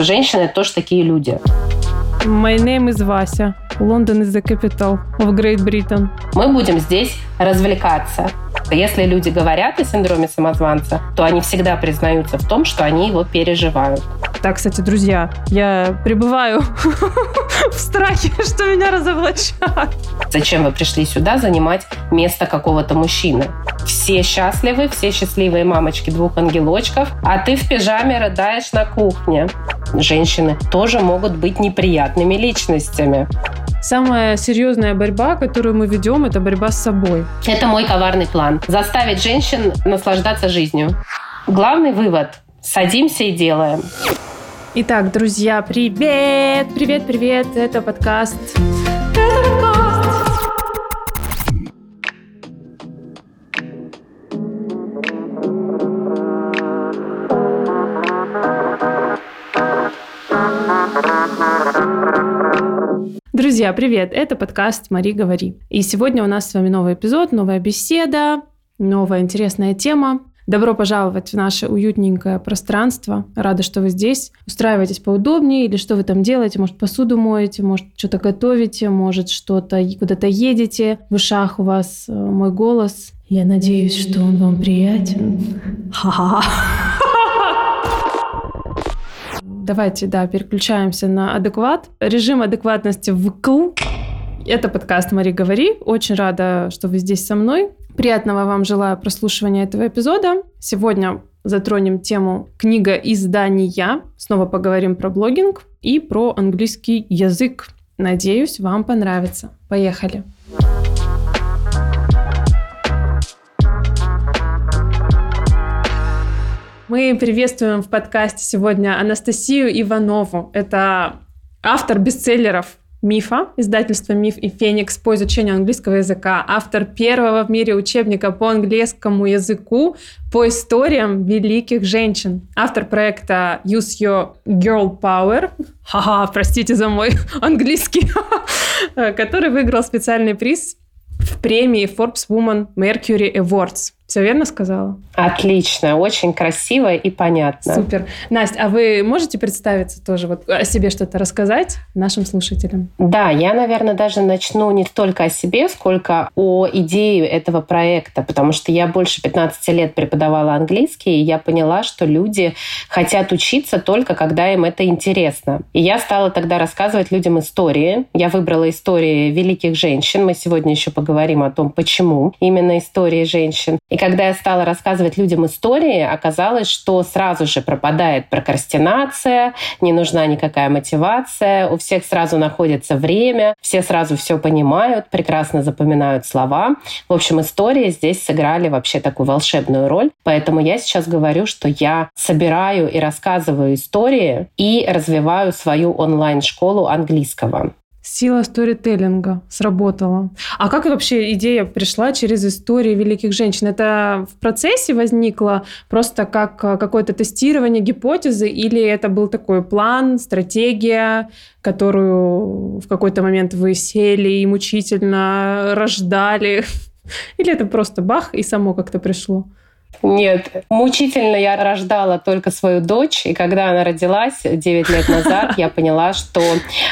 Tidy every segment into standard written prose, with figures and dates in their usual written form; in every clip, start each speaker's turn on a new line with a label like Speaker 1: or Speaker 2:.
Speaker 1: Женщины – тоже такие люди.
Speaker 2: My name is Вася. London is the capital of Great Britain.
Speaker 1: Мы будем здесь развлекаться. Если люди говорят о синдроме самозванца, то они всегда признаются в том, что они его переживают.
Speaker 2: Так, кстати, друзья, я пребываю в страхе, что меня разоблачат.
Speaker 1: Зачем вы пришли сюда занимать место какого-то мужчины? Все счастливы, все счастливые мамочки двух ангелочков, а ты в пижаме рыдаешь на кухне. Женщины тоже могут быть неприятными личностями.
Speaker 2: Самая серьезная борьба, которую мы ведем, это борьба с собой.
Speaker 1: Это мой коварный план. Заставить женщин наслаждаться жизнью. Главный вывод. Садимся и делаем.
Speaker 2: Итак, друзья, привет! Привет! Это подкаст. Друзья, привет! Это подкаст «Мари, говори». И сегодня у нас с вами новый эпизод, новая беседа, новая интересная тема. Добро пожаловать в наше уютненькое пространство. Рада, что вы здесь. Устраивайтесь поудобнее, или что вы там делаете. Может, посуду моете, может, что-то готовите, может, что-то куда-то едете. В ушах у вас мой голос. Я надеюсь, что он вам приятен. Ха-ха-ха. Давайте, переключаемся на адекват. Режим адекватности вкл. Это подкаст «Мари, говори». Очень рада, что вы здесь со мной. Приятного вам желаю прослушивания этого эпизода. Сегодня затронем тему книга-издания. Снова поговорим про блогинг и про английский язык. Надеюсь, вам понравится. Поехали. Мы приветствуем в подкасте сегодня Анастасию Иванову. Это автор бестселлеров «Мифа», издательство «Миф» и «Феникс» по изучению английского языка, автор первого в мире учебника по английскому языку по историям великих женщин, автор проекта Use Your Girl Power, простите за мой английский, который выиграл специальный приз в премии Forbes Woman Mercury Awards. Все верно сказала?
Speaker 1: Отлично, очень красиво и понятно.
Speaker 2: Супер. Настя, а вы можете представиться тоже, вот о себе что-то рассказать нашим слушателям?
Speaker 1: Да, я, наверное, даже начну не столько о себе, сколько о идее этого проекта, потому что я больше 15 лет преподавала английский, и я поняла, что люди хотят учиться только когда им это интересно. И я стала тогда рассказывать людям истории. Я выбрала истории великих женщин. Мы сегодня еще поговорим о том, почему именно истории женщин. И когда я стала рассказывать людям истории, оказалось, что сразу же пропадает прокрастинация, не нужна никакая мотивация, у всех сразу находится время, все сразу все понимают, прекрасно запоминают слова. В общем, истории здесь сыграли вообще такую волшебную роль. Поэтому я сейчас говорю, что я собираю и рассказываю истории и развиваю свою онлайн-школу английского.
Speaker 2: Сила сторителлинга сработала. А как вообще идея пришла через истории великих женщин? Это в процессе возникло просто как какое-то тестирование гипотезы, или это был такой план, стратегия, которую в какой-то момент вы сели и мучительно рождали? Или это просто бах и само как-то пришло?
Speaker 1: Нет, мучительно я рождала только свою дочь, и когда она родилась 9 лет назад, я поняла, что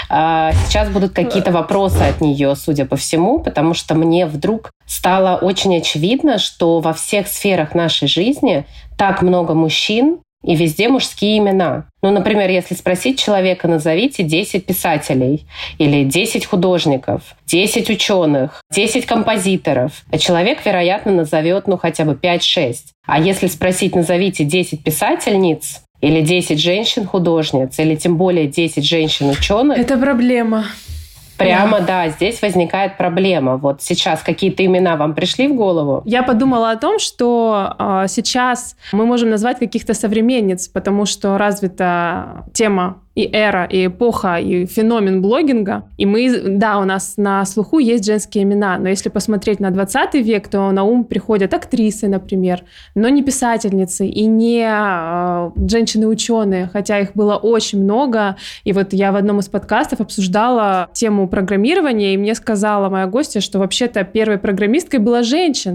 Speaker 1: сейчас будут какие-то вопросы от нее, судя по всему, потому что мне вдруг стало очень очевидно, что во всех сферах нашей жизни так много мужчин, и везде мужские имена. Например, если спросить человека, назовите 10 писателей или 10 художников, 10 ученых, 10 композиторов, человек, вероятно, назовет хотя бы 5-6. А если спросить, назовите 10 писательниц или 10 женщин-художниц, или тем более 10 женщин-ученых...
Speaker 2: Это проблема.
Speaker 1: Прямо, да, здесь возникает проблема. Вот сейчас какие-то имена вам пришли в голову?
Speaker 2: Я подумала о том, что сейчас мы можем назвать каких-то современниц, потому что развита тема и эра, и эпоха, и феномен блогинга. И у нас на слуху есть женские имена, но если посмотреть на 20 век, то на ум приходят актрисы, например, но не писательницы и не женщины-ученые, хотя их было очень много. И вот я в одном из подкастов обсуждала тему программирования, и мне сказала моя гостья, что вообще-то первой программисткой была женщина.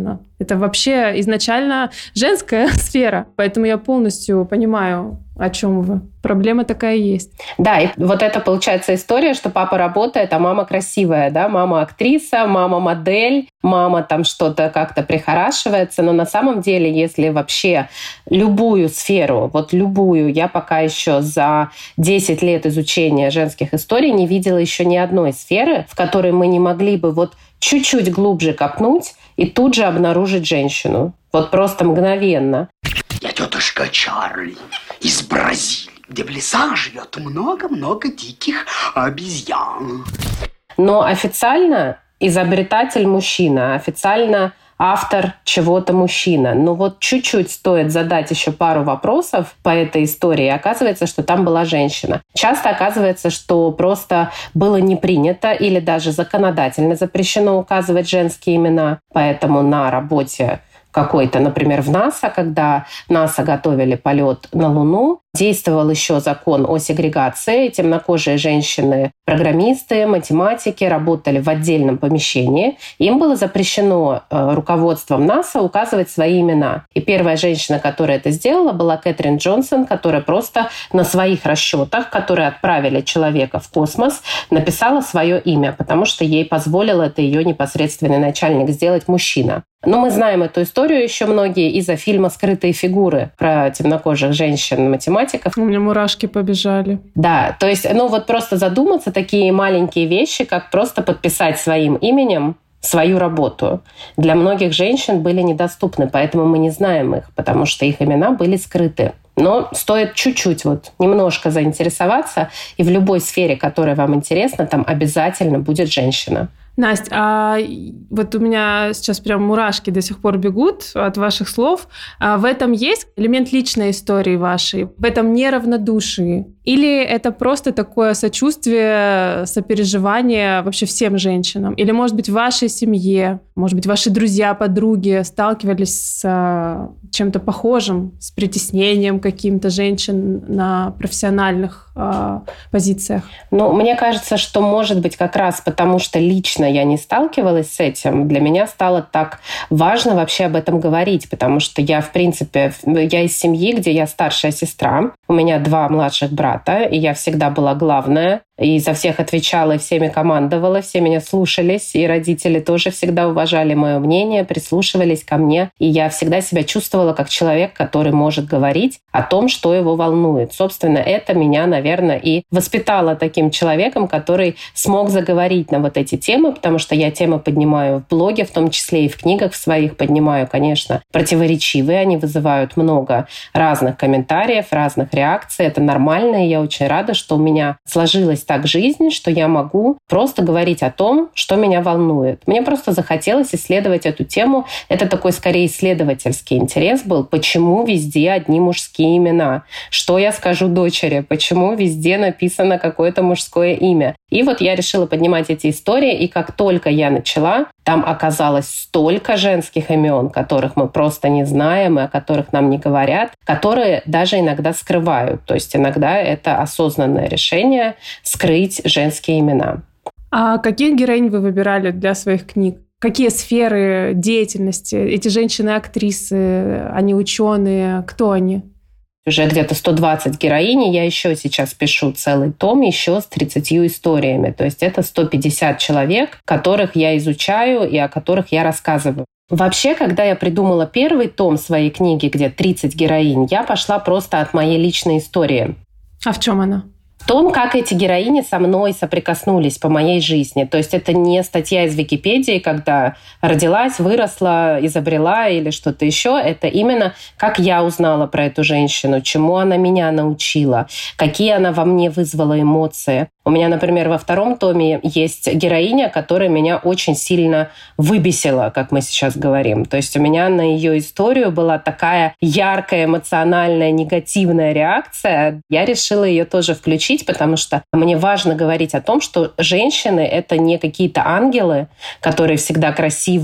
Speaker 2: Это вообще изначально женская сфера, поэтому я полностью понимаю, о чем вы. Проблема такая есть.
Speaker 1: Да, и вот это получается история, что папа работает, а мама красивая, да, мама актриса, мама модель, мама там что-то как-то прихорашивается, но на самом деле, если вообще любую сферу, вот любую, я пока еще за 10 лет изучения женских историй не видела еще ни одной сферы, в которой мы не могли бы вот чуть-чуть глубже копнуть и тут же обнаружить женщину. Вот просто мгновенно.
Speaker 3: Я тетушка Чарли из Бразилии, где в лесах живет много-много диких обезьян.
Speaker 1: Но официально изобретатель мужчина, официально автор чего-то мужчина. Но вот чуть-чуть стоит задать еще пару вопросов по этой истории, и оказывается, что там была женщина. Часто оказывается, что просто было не принято или даже законодательно запрещено указывать женские имена, поэтому на работе какой-то, например, в НАСА, когда НАСА готовили полет на Луну, действовал еще закон о сегрегации. Темнокожие женщины, программисты, математики работали в отдельном помещении. Им было запрещено руководством НАСА указывать свои имена. И первая женщина, которая это сделала, была Кэтрин Джонсон, которая просто на своих расчетах, которые отправили человека в космос, написала свое имя, потому что ей позволил это ее непосредственный начальник сделать мужчина. Но мы знаем эту историю еще многие из-за фильма «Скрытые фигуры» про темнокожих женщин-математиков.
Speaker 2: У меня мурашки побежали.
Speaker 1: Да, то есть, вот просто задуматься, такие маленькие вещи, как просто подписать своим именем свою работу, для многих женщин были недоступны, поэтому мы не знаем их, потому что их имена были скрыты. Но стоит чуть-чуть, немножко заинтересоваться, и в любой сфере, которая вам интересна, там обязательно будет женщина.
Speaker 2: Настя, а вот у меня сейчас прям мурашки до сих пор бегут от ваших слов. А в этом есть элемент личной истории вашей? В этом неравнодушии? Или это просто такое сочувствие, сопереживание вообще всем женщинам? Или, может быть, в вашей семье, может быть, ваши друзья, подруги сталкивались с чем-то похожим, с притеснением каким-то женщин на профессиональных позициях?
Speaker 1: Мне кажется, что, может быть, как раз потому, что лично я не сталкивалась с этим, для меня стало так важно вообще об этом говорить, потому что я, в принципе, я из семьи, где я старшая сестра, у меня 2 младших брата, и я всегда была главная, и за всех отвечала, и всеми командовала, все меня слушались, и родители тоже всегда уважали мое мнение, прислушивались ко мне, и я всегда себя чувствовала как человек, который может говорить о том, что его волнует. Собственно, это меня, наверное, и воспитало таким человеком, который смог заговорить на вот эти темы, потому что я темы поднимаю в блоге, в том числе и в книгах в своих поднимаю, конечно, противоречивые, они вызывают много разных комментариев, разных реакций, это нормально, и я очень рада, что у меня сложилось так жизнь, что я могу просто говорить о том, что меня волнует. Мне просто захотелось исследовать эту тему. Это такой, скорее, исследовательский интерес был. Почему везде одни мужские имена? Что я скажу дочери? Почему везде написано какое-то мужское имя? И вот я решила поднимать эти истории, и как только я начала, там оказалось столько женских имен, которых мы просто не знаем и о которых нам не говорят, которые даже иногда скрывают. То есть иногда это осознанное решение скрыть женские имена.
Speaker 2: А каких героинь вы выбирали для своих книг? Какие сферы деятельности? Эти женщины-актрисы, они ученые, кто они?
Speaker 1: Уже где-то 120 героинь, я еще сейчас пишу целый том еще с 30 историями. То есть это 150 человек, которых я изучаю и о которых я рассказываю. Вообще, когда я придумала первый том своей книги, где 30 героинь, я пошла просто от моей личной истории.
Speaker 2: А в чем она?
Speaker 1: В том, как эти героини со мной соприкоснулись по моей жизни. То есть это не статья из Википедии, когда родилась, выросла, изобрела или что-то еще. Это именно как я узнала про эту женщину, чему она меня научила, какие она во мне вызвала эмоции. У меня, например, во 2 томе есть героиня, которая меня очень сильно выбесила, как мы сейчас говорим. То есть у меня на ее историю была такая яркая, эмоциональная, негативная реакция. Я решила ее тоже включить, потому что мне важно говорить о том, что женщины — это не какие-то ангелы, которые всегда красивые,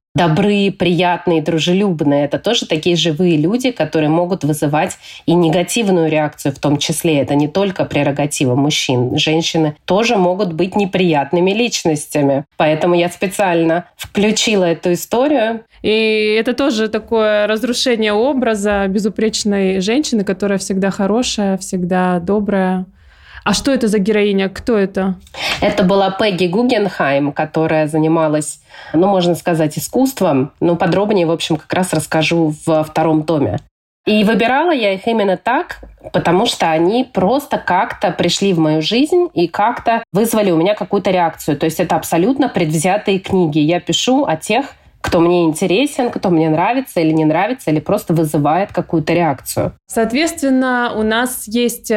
Speaker 1: добрые, приятные, дружелюбные. Это тоже такие живые люди, которые могут вызывать и негативную реакцию в том числе. Это не только прерогатива мужчин. Женщины тоже могут быть неприятными личностями. Поэтому я специально включила эту историю.
Speaker 2: И это тоже такое разрушение образа безупречной женщины, которая всегда хорошая, всегда добрая. А что это за героиня? Кто это?
Speaker 1: Это была Пегги Гугенхайм, которая занималась, можно сказать, искусством. Подробнее, в общем, как раз расскажу во 2 томе. И выбирала я их именно так, потому что они просто как-то пришли в мою жизнь и как-то вызвали у меня какую-то реакцию. То есть это абсолютно предвзятые книги. Я пишу о тех, кто мне интересен, кто мне нравится или не нравится, или просто вызывает какую-то реакцию.
Speaker 2: Соответственно, у нас есть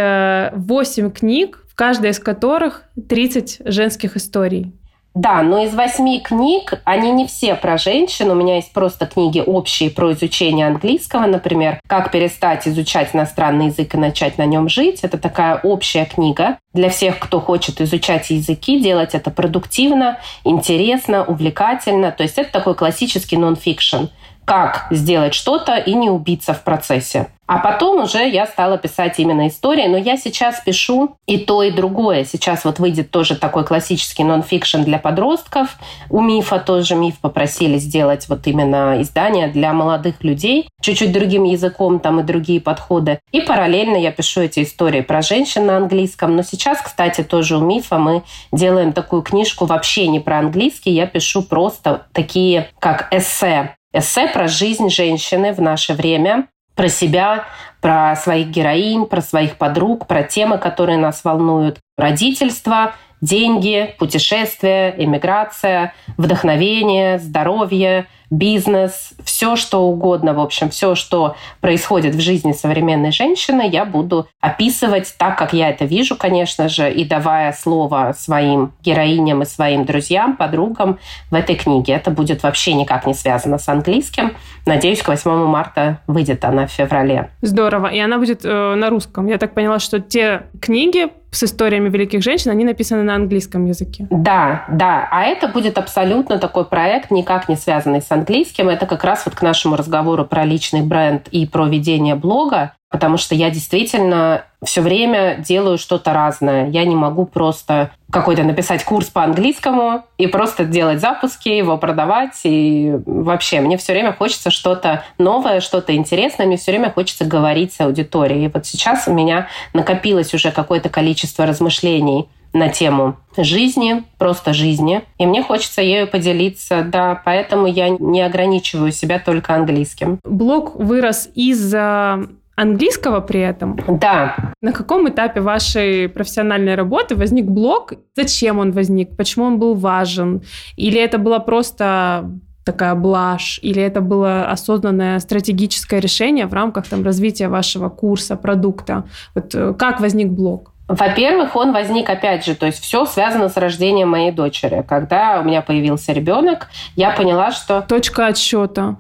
Speaker 2: 8 книг, в каждой из которых 30 женских историй.
Speaker 1: Да, но из 8 книг, они не все про женщин. У меня есть просто книги общие про изучение английского, например, «Как перестать изучать иностранный язык и начать на нем жить». Это такая общая книга для всех, кто хочет изучать языки, делать это продуктивно, интересно, увлекательно. То есть это такой классический нон-фикшн. Как сделать что-то и не убиться в процессе. А потом уже я стала писать именно истории. Но я сейчас пишу и то, и другое. Сейчас выйдет тоже такой классический нон-фикшн для подростков. У Мифа тоже. Миф попросили сделать именно издание для молодых людей. Чуть-чуть другим языком там и другие подходы. И параллельно я пишу эти истории про женщин на английском. Но сейчас, кстати, тоже у Мифа мы делаем такую книжку вообще не про английский. Я пишу просто такие, как эссе. Эссе про жизнь женщины в наше время, про себя, про своих героинь, про своих подруг, про темы, которые нас волнуют. Родительство, деньги, путешествия, эмиграция, вдохновение, здоровье, бизнес, все что угодно, в общем, все, что происходит в жизни современной женщины, я буду описывать так, как я это вижу, конечно же, и давая слово своим героиням и своим друзьям, подругам в этой книге. Это будет вообще никак не связано с английским. Надеюсь, к 8 марта выйдет она в феврале.
Speaker 2: Здорово. И она будет на русском. Я так поняла, что те книги с историями великих женщин, они написаны на английском языке.
Speaker 1: Да. А это будет абсолютно такой проект, никак не связанный с английским. Это как раз к нашему разговору про личный бренд и про ведение блога, потому что я действительно все время делаю что-то разное. Я не могу просто какой-то написать курс по английскому и просто делать запуски, его продавать. И вообще, мне все время хочется что-то новое, что-то интересное. Мне все время хочется говорить с аудиторией. И сейчас у меня накопилось уже какое-то количество размышлений на тему жизни, просто жизни. И мне хочется ею поделиться, да, поэтому я не ограничиваю себя только английским.
Speaker 2: Блог вырос из-за английского при этом?
Speaker 1: Да.
Speaker 2: На каком этапе вашей профессиональной работы возник блог? Зачем он возник? Почему он был важен? Или это было просто такая блажь? Или это было осознанное стратегическое решение в рамках развития вашего курса, продукта? Как возник блог?
Speaker 1: Во-первых, он возник, опять же, то есть все связано с рождением моей дочери. Когда у меня появился ребенок, я поняла, что...
Speaker 2: Точка отсчета,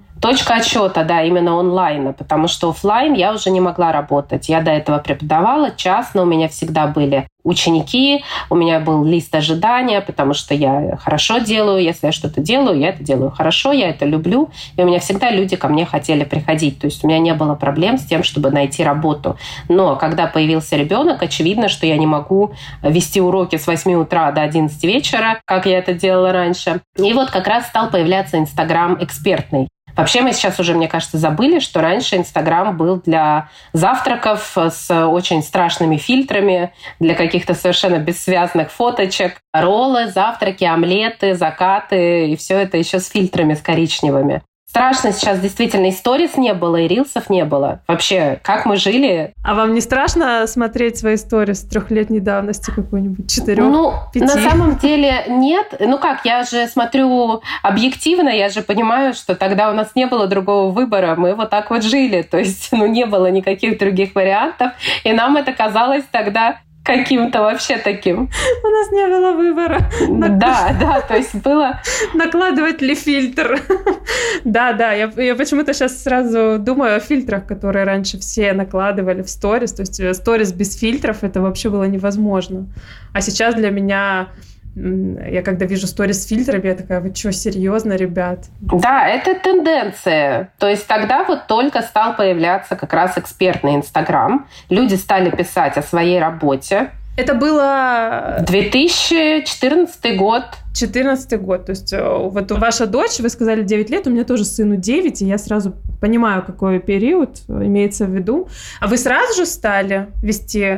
Speaker 1: да, именно онлайна, потому что офлайн я уже не могла работать. Я до этого преподавала частно, у меня всегда были ученики, у меня был лист ожидания, потому что я хорошо делаю, если я что-то делаю, я это делаю хорошо, я это люблю, и у меня всегда люди ко мне хотели приходить, то есть у меня не было проблем с тем, чтобы найти работу. Но когда появился ребенок, очевидно, что я не могу вести уроки с 8 утра до 11 вечера, как я это делала раньше. И как раз стал появляться Инстаграм экспертный. Вообще мы сейчас уже, мне кажется, забыли, что раньше Инстаграм был для завтраков с очень страшными фильтрами, для каких-то совершенно бессвязных фоточек. Роллы, завтраки, омлеты, закаты, и все это еще с фильтрами, с коричневыми. Страшно сейчас действительно, и сторис не было, и рилсов не было. Вообще, как мы жили.
Speaker 2: А вам не страшно смотреть свои сторис 3-летней давности какой-нибудь, 4, 5?
Speaker 1: На самом деле нет. Я же смотрю объективно, я же понимаю, что тогда у нас не было другого выбора. Мы так жили. То есть, не было никаких других вариантов. И нам это казалось тогда каким-то вообще таким.
Speaker 2: У нас не было выбора.
Speaker 1: Да, то есть было...
Speaker 2: Накладывать ли фильтр? Да, я почему-то сейчас сразу думаю о фильтрах, которые раньше все накладывали в сторис. То есть сторис без фильтров — это вообще было невозможно. А сейчас для меня Я когда вижу сторис с фильтрами, я такая, вы что, серьезно, ребят?
Speaker 1: Да, это тенденция. То есть тогда вот только стал появляться как раз экспертный Инстаграм. Люди стали писать о своей работе.
Speaker 2: Это было...
Speaker 1: 2014 год.
Speaker 2: 2014 год. То есть вот ваша дочь, вы сказали 9 лет, у меня тоже сыну 9, и я сразу понимаю, какой период имеется в виду. А вы сразу же стали вести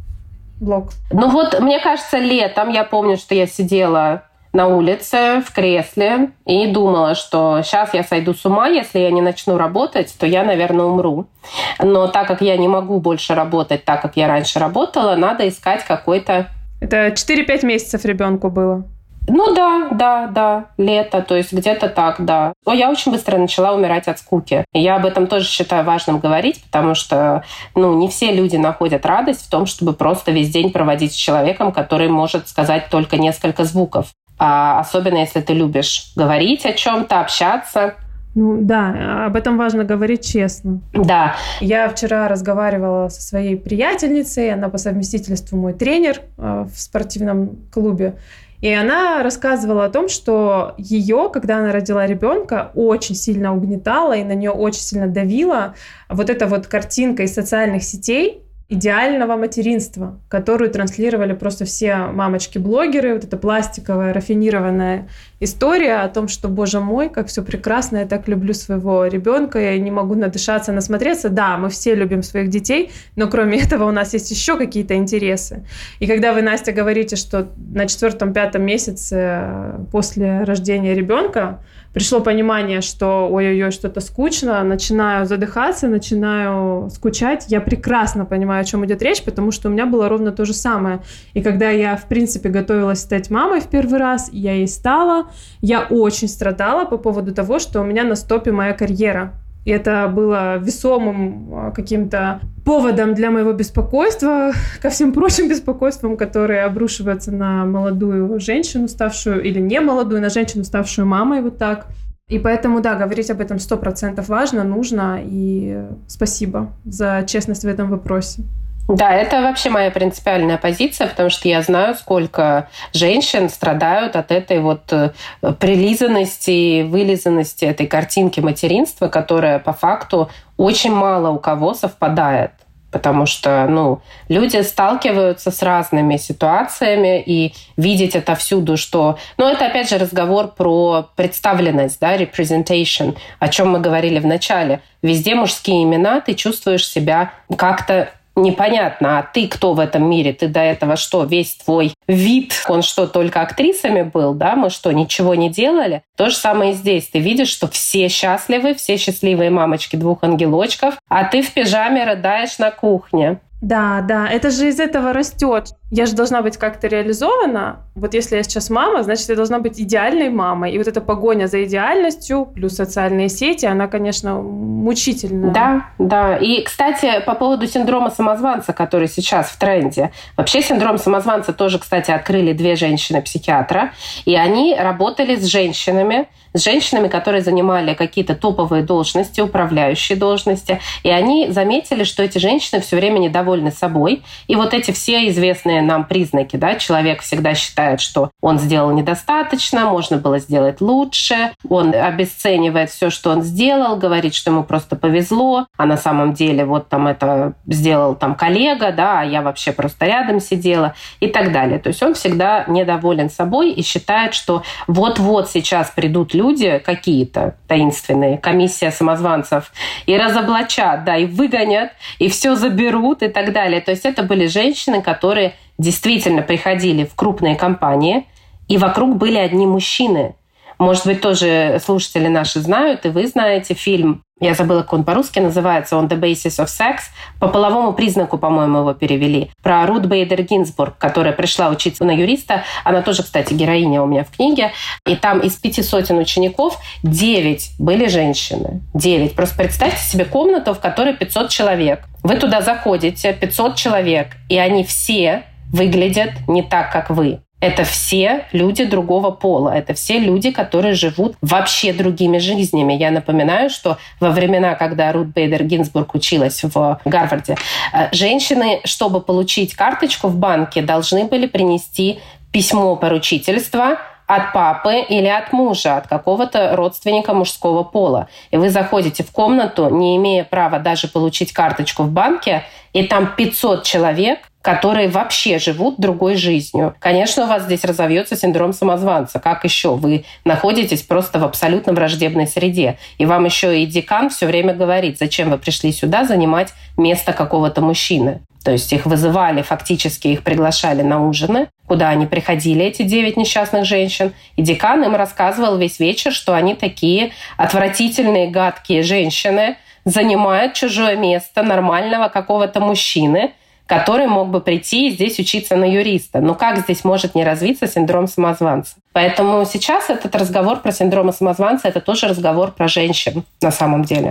Speaker 2: блог?
Speaker 1: Ну вот, мне кажется, летом я помню, что я сидела на улице в кресле и думала, что сейчас я сойду с ума, если я не начну работать, то я, наверное, умру. Но так как я не могу больше работать так, как я раньше работала, надо искать какой-то...
Speaker 2: Это 4-5 месяцев ребенку было?
Speaker 1: Ну да, лето, то есть где-то так, да. Но я очень быстро начала умирать от скуки. И я об этом тоже считаю важным говорить, потому что, не все люди находят радость в том, чтобы просто весь день проводить с человеком, который может сказать только несколько звуков. А особенно, если ты любишь говорить о чем-то, общаться.
Speaker 2: Ну да, об этом важно говорить честно.
Speaker 1: Да.
Speaker 2: Я вчера разговаривала со своей приятельницей, она по совместительству мой тренер в спортивном клубе. И она рассказывала о том, что ее, когда она родила ребенка, очень сильно угнетала и на нее очень сильно давила вот эта вот картинка из социальных сетей идеального материнства, которую транслировали просто все мамочки-блогеры, вот эта пластиковая, рафинированная история о том, что, боже мой, как все прекрасно, я так люблю своего ребенка, я не могу надышаться, насмотреться. Да, мы все любим своих детей, но кроме этого у нас есть еще какие-то интересы. И когда вы, Настя, говорите, что на 4-5 месяце после рождения ребенка пришло понимание, что ой-ой-ой, что-то скучно, начинаю задыхаться, начинаю скучать. Я прекрасно понимаю, о чем идет речь, потому что у меня было ровно то же самое. И когда я, в принципе, готовилась стать мамой в первый раз, я ей стала, я очень страдала по поводу того, что у меня на стопе моя карьера. И это было весомым каким-то поводом для моего беспокойства, ко всем прочим беспокойствам, которые обрушиваются на молодую женщину, ставшую, или не молодую, на женщину, ставшую мамой, вот так. И поэтому, да, говорить об этом 100% важно, нужно, и спасибо за честность в этом вопросе.
Speaker 1: Да, это вообще моя принципиальная позиция, потому что я знаю, сколько женщин страдают от этой вот прилизанности, вылизанности этой картинки материнства, которая по факту очень мало у кого совпадает. Потому что, люди сталкиваются с разными ситуациями, и видеть это всюду, что... это, опять же, разговор про представленность, да, representation, о чем мы говорили в начале. Везде мужские имена, ты чувствуешь себя как-то непонятно, а ты кто в этом мире? Ты до этого что, весь твой вид, он что, только актрисами был, да? Мы что, ничего не делали? То же самое и здесь. Ты видишь, что все счастливы, все счастливые мамочки 2 ангелочков, а ты в пижаме рыдаешь на кухне.
Speaker 2: Да, это же из этого растет. Я же должна быть как-то реализована. Вот если я сейчас мама, значит, я должна быть идеальной мамой. И вот эта погоня за идеальностью, плюс социальные сети, она, конечно, мучительная.
Speaker 1: Да. И, кстати, по поводу синдрома самозванца, который сейчас в тренде. Вообще синдром самозванца тоже, кстати, открыли 2 женщины-психиатра. И они работали с женщинами, которые занимали какие-то топовые должности, управляющие должности. И они заметили, что эти женщины все время недовольны собой. И вот эти все известные нам признаки, да, человек всегда считает, что он сделал недостаточно, можно было сделать лучше, он обесценивает все, что он сделал, говорит, что ему просто повезло, а на самом деле вот там это сделал там коллега, да, а я вообще просто рядом сидела и так далее. То есть он всегда недоволен собой и считает, что вот-вот сейчас придут люди какие-то таинственные, комиссия самозванцев, и разоблачат, да, и выгонят, и все заберут и так далее. То есть это были женщины, которые действительно приходили в крупные компании, и вокруг были одни мужчины. Может быть, тоже слушатели наши знают, и вы знаете фильм, я забыла, как он по-русски называется, «On the Basis of Sex», по половому признаку, по-моему, его перевели, про Рут Бейдер Гинзбург, которая пришла учиться на юриста. Она тоже, кстати, героиня у меня в книге. И там из 500 учеников 9 были женщины. 9. Просто представьте себе комнату, в которой 500 человек. Вы туда заходите, 500 человек, и они все выглядят не так, как вы. Это все люди другого пола. Это все люди, которые живут вообще другими жизнями. Я напоминаю, что во времена, когда Рут Бейдер Гинзбург училась в Гарварде, женщины, чтобы получить карточку в банке, должны были принести письмо поручительства от папы или от мужа, от какого-то родственника мужского пола. И вы заходите в комнату, не имея права даже получить карточку в банке, и там 500 человек, которые вообще живут другой жизнью. Конечно, у вас здесь разовьется синдром самозванца. Как еще? Вы находитесь просто в абсолютно враждебной среде. И вам еще и декан все время говорит, зачем вы пришли сюда занимать место какого-то мужчины. То есть их вызывали, фактически их приглашали на ужины, куда они приходили, эти 9 несчастных женщин. И декан им рассказывал весь вечер, что они такие отвратительные, гадкие женщины, занимают чужое место нормального какого-то мужчины, который мог бы прийти и здесь учиться на юриста. Но как здесь может не развиться синдром самозванца? Поэтому сейчас этот разговор про синдром самозванца – это тоже разговор про женщин на самом деле.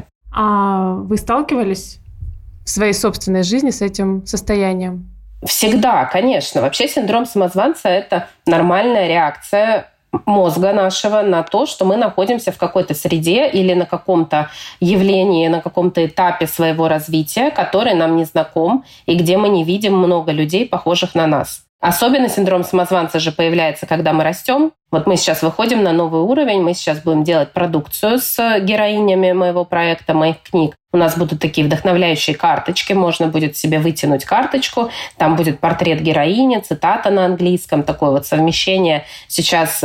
Speaker 2: А вы сталкивались в своей собственной жизни с этим состоянием?
Speaker 1: Всегда, конечно. Вообще синдром самозванца – это нормальная реакция мозга нашего на то, что мы находимся в какой-то среде или на каком-то явлении, на каком-то этапе своего развития, который нам не знаком и где мы не видим много людей, похожих на нас. Особенно синдром самозванца же появляется, когда мы растем. Вот мы сейчас выходим на новый уровень, мы сейчас будем делать продукцию с героинями моего проекта, моих книг. У нас будут такие вдохновляющие карточки, можно будет себе вытянуть карточку, там будет портрет героини, цитата на английском, такое вот совмещение сейчас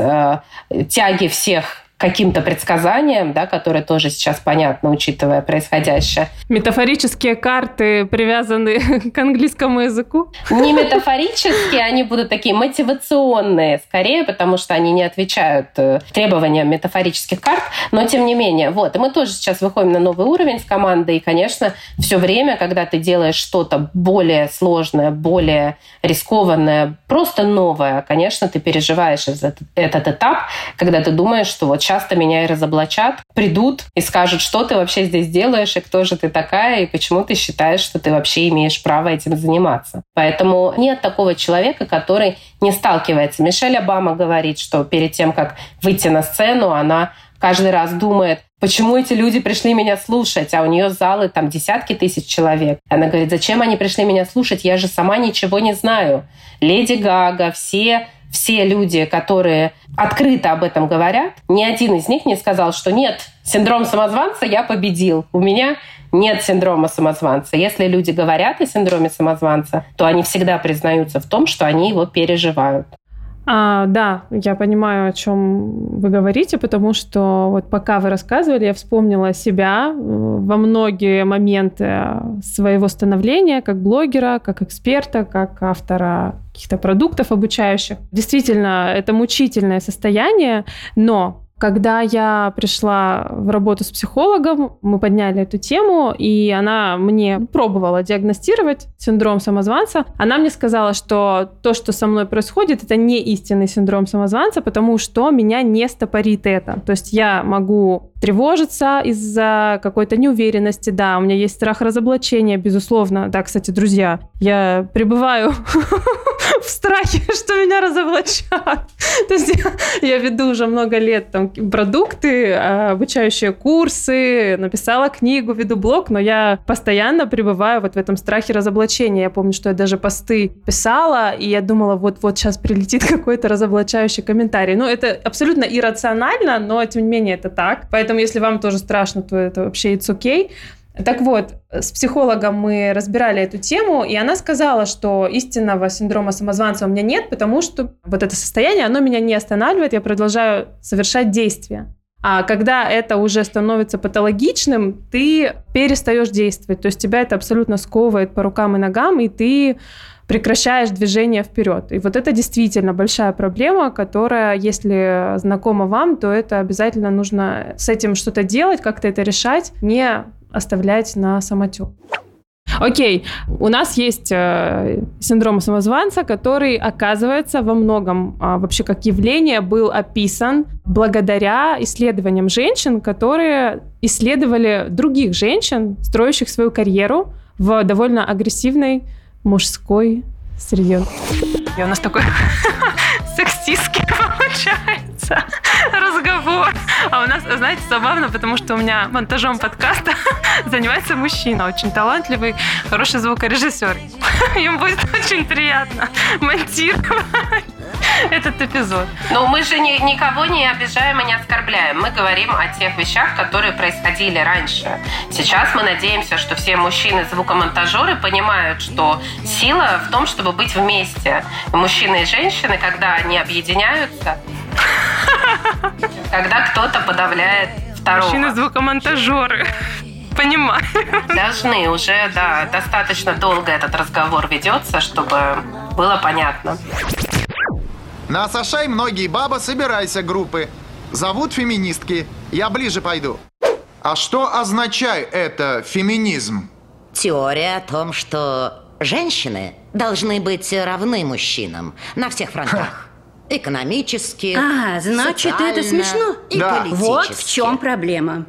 Speaker 1: тяги всех каким-то предсказаниям, да, которые тоже сейчас понятно, учитывая происходящее.
Speaker 2: Метафорические карты привязаны к английскому языку?
Speaker 1: Не метафорические, они будут такие мотивационные, скорее, потому что они не отвечают требованиям метафорических карт, но тем не менее. Вот. И мы тоже сейчас выходим на новый уровень с командой, и, конечно, все время, когда ты делаешь что-то более сложное, более рискованное, просто новое, конечно, ты переживаешь этот этап, когда ты думаешь, что вот часто меня и разоблачат, придут и скажут, что ты вообще здесь делаешь, и кто же ты такая, и почему ты считаешь, что ты вообще имеешь право этим заниматься. Поэтому нет такого человека, который не сталкивается. Мишель Обама говорит, что перед тем, как выйти на сцену, она каждый раз думает, почему эти люди пришли меня слушать, а у нее залы там десятки тысяч человек. Она говорит, зачем они пришли меня слушать, я же сама ничего не знаю. Леди Гага, все люди, которые открыто об этом говорят, ни один из них не сказал, что нет, синдром самозванца я победил. У меня нет синдрома самозванца. Если люди говорят о синдроме самозванца, то они всегда признаются в том, что они его переживают.
Speaker 2: Да, я понимаю, о чем вы говорите, потому что вот пока вы рассказывали, я вспомнила себя во многие моменты своего становления как блогера, как эксперта, как автора каких-то продуктов обучающих. Действительно, это мучительное состояние, но когда я пришла в работу с психологом, мы подняли эту тему, и она мне пробовала диагностировать синдром самозванца. Она мне сказала, что то, что со мной происходит, это не истинный синдром самозванца, потому что меня не стопорит это. То есть я могу тревожиться из-за какой-то неуверенности, да, у меня есть страх разоблачения, безусловно. Да, кстати, друзья, я пребываю в страхе, что меня разоблачат. То есть я веду уже много лет там продукты, обучающие курсы, написала книгу, веду блог, но я постоянно пребываю вот в этом страхе разоблачения. Я помню, что я даже посты писала, и я думала, вот сейчас прилетит какой-то разоблачающий комментарий. Ну, это абсолютно иррационально, но тем не менее это так. Поэтому если вам тоже страшно, то это вообще it's okay. Так вот, с психологом мы разбирали эту тему, и она сказала, что истинного синдрома самозванца у меня нет, потому что вот это состояние, оно меня не останавливает, я продолжаю совершать действия. А когда это уже становится патологичным, ты перестаешь действовать, то есть тебя это абсолютно сковывает по рукам и ногам, и ты прекращаешь движение вперед. И вот это действительно большая проблема, которая, если знакома вам, то это обязательно нужно с этим что-то делать, как-то это решать, не оставлять на самотек. Окей, у нас есть синдром самозванца, который, оказывается, во многом вообще как явление был описан благодаря исследованиям женщин, которые исследовали других женщин, строящих свою карьеру в довольно агрессивной мужской среде. И у нас такой сексистский получается разговор. А у нас, знаете, забавно, потому что у меня монтажом подкаста занимается мужчина, очень талантливый, хороший звукорежиссер. Ему будет очень приятно монтировать этот эпизод.
Speaker 1: Но мы же никого не обижаем и не оскорбляем. Мы говорим о тех вещах, которые происходили раньше. Сейчас мы надеемся, что все мужчины-звукомонтажеры понимают, что сила в том, чтобы быть вместе. И мужчины и женщины, когда они объединяются, когда кто-то подавляет второго.
Speaker 2: Мужчины-звукомонтажеры. Понимаю.
Speaker 1: Должны уже, да, достаточно долго этот разговор ведется, чтобы было понятно.
Speaker 4: На Сашай многие бабы, собирайся группы. Зовут феминистки. Я ближе пойду. А что означает это феминизм?
Speaker 5: Теория о том, что женщины должны быть равны мужчинам на всех фронтах. Экономически,
Speaker 6: значит, это смешно?
Speaker 5: И
Speaker 4: Да.
Speaker 5: политически.
Speaker 6: Вот в чем проблема.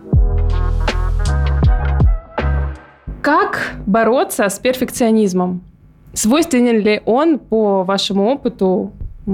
Speaker 2: Как бороться с перфекционизмом? Свойственен ли он, по вашему опыту,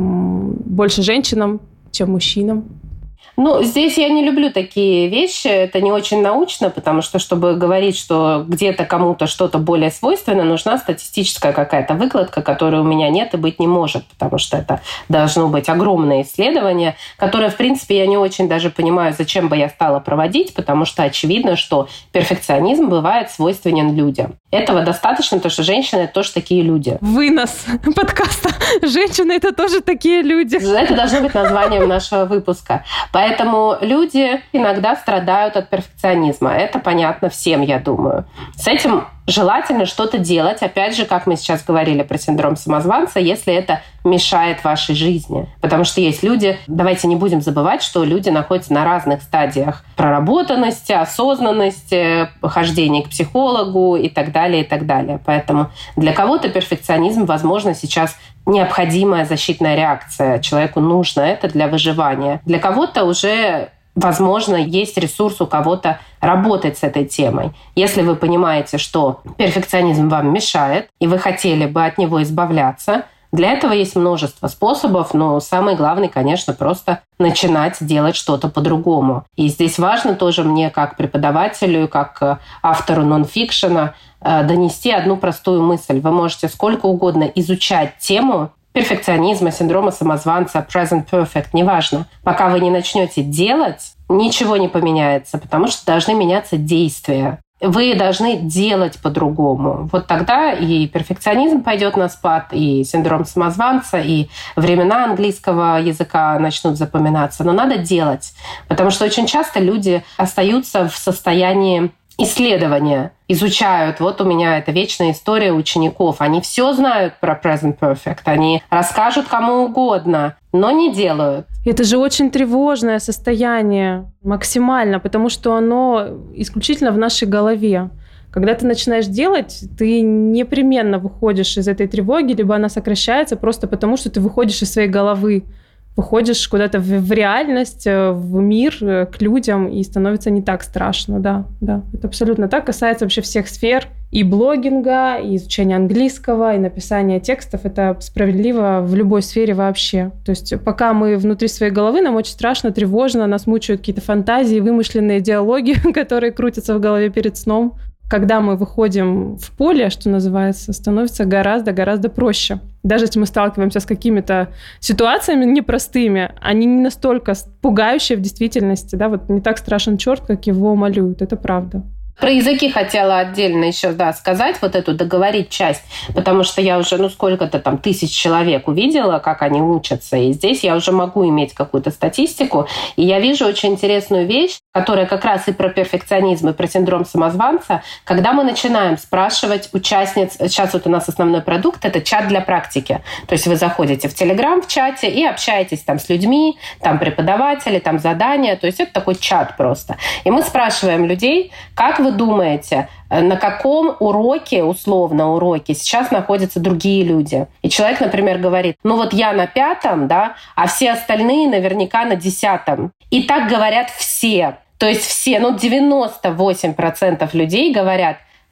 Speaker 2: больше женщинам, чем мужчинам?
Speaker 1: Ну, здесь я не люблю такие вещи, это не очень научно, потому что, чтобы говорить, что где-то кому-то что-то более свойственно, нужна статистическая какая-то выкладка, которой у меня нет и быть не может, потому что это должно быть огромное исследование, которое, в принципе, я не очень даже понимаю, зачем бы я стала проводить, потому что очевидно, что перфекционизм бывает свойственен людям. Этого достаточно, потому что женщины – это тоже такие люди.
Speaker 2: Вынос подкаста «Женщины – это тоже такие люди».
Speaker 1: Это должно быть названием нашего выпуска. Поэтому люди иногда страдают от перфекционизма. Это понятно всем, я думаю. С этим желательно что-то делать. Опять же, как мы сейчас говорили про синдром самозванца, если это мешает вашей жизни. Потому что есть люди, давайте не будем забывать, что люди находятся на разных стадиях проработанности, осознанности, хождения к психологу и так далее, и так далее. Поэтому для кого-то перфекционизм, возможно, сейчас необходимая защитная реакция. Человеку нужно это для выживания. Для кого-то уже, возможно, есть ресурс у кого-то работать с этой темой. Если вы понимаете, что перфекционизм вам мешает, и вы хотели бы от него избавляться, для этого есть множество способов, но самый главный, конечно, просто начинать делать что-то по-другому. И здесь важно тоже мне, как преподавателю, как автору нонфикшена, донести одну простую мысль. Вы можете сколько угодно изучать тему перфекционизма, синдрома самозванца, present perfect, неважно. Пока вы не начнете делать, ничего не поменяется, потому что должны меняться действия. Вы должны делать по-другому. Вот тогда и перфекционизм пойдет на спад, и синдром самозванца, и времена английского языка начнут запоминаться. Но надо делать, потому что очень часто люди остаются в состоянии исследования, изучают. Вот у меня это вечная история учеников. Они все знают про present perfect. Они расскажут кому угодно, но не делают.
Speaker 2: Это же очень тревожное состояние максимально, потому что оно исключительно в нашей голове. Когда ты начинаешь делать, ты непременно выходишь из этой тревоги, либо она сокращается просто потому, что ты выходишь из своей головы, выходишь куда-то в реальность, в мир, к людям, и становится не так страшно, да. Это абсолютно так. Касается вообще всех сфер, и блогинга, и изучения английского, и написания текстов. Это справедливо в любой сфере вообще. То есть пока мы внутри своей головы, нам очень страшно, тревожно, нас мучают какие-то фантазии, вымышленные диалоги, которые крутятся в голове перед сном. Когда мы выходим в поле, что называется, становится гораздо проще. Даже если мы сталкиваемся с какими-то ситуациями непростыми, они не настолько пугающие в действительности. Да? Вот не так страшен черт, как его малюют. Это правда.
Speaker 1: Про языки хотела отдельно еще сказать, вот эту договорить часть, потому что я уже сколько-то там тысяч человек увидела, как они учатся, и здесь я уже могу иметь какую-то статистику, и я вижу очень интересную вещь, которая как раз и про перфекционизм, и про синдром самозванца, когда мы начинаем спрашивать участниц, сейчас вот у нас основной продукт, это чат для практики, то есть вы заходите в Telegram в чате и общаетесь там с людьми, там преподаватели, там задания, то есть это такой чат просто. И мы спрашиваем людей, как вы думаете, на каком уроке, условно уроке, сейчас находятся другие люди? И человек, например, говорит, вот я на 5, да, а все остальные наверняка на 10. И так говорят все. То есть все, 98% людей говорят,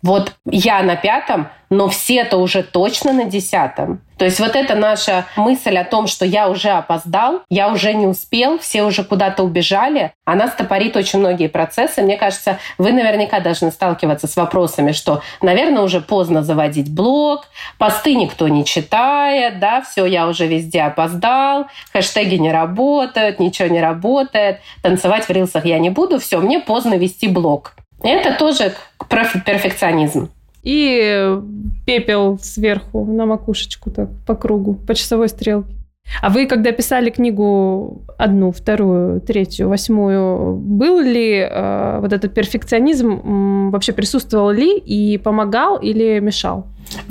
Speaker 1: Вот я на 5, но все-то уже точно на 10. То есть вот эта наша мысль о том, что я уже опоздал, я уже не успел, все уже куда-то убежали, она стопорит очень многие процессы. Мне кажется, вы наверняка должны сталкиваться с вопросами, что, наверное, уже поздно заводить блог, посты никто не читает, да, все, я уже везде опоздал, хэштеги не работают, ничего не работает, танцевать в рилсах я не буду, все, мне поздно вести блог. Это тоже перфекционизм.
Speaker 2: И пепел сверху на макушечку, так, по кругу, по часовой стрелке. А вы, когда писали книгу 1, 2, 3, 8, был ли вот этот перфекционизм, вообще присутствовал ли и помогал или мешал?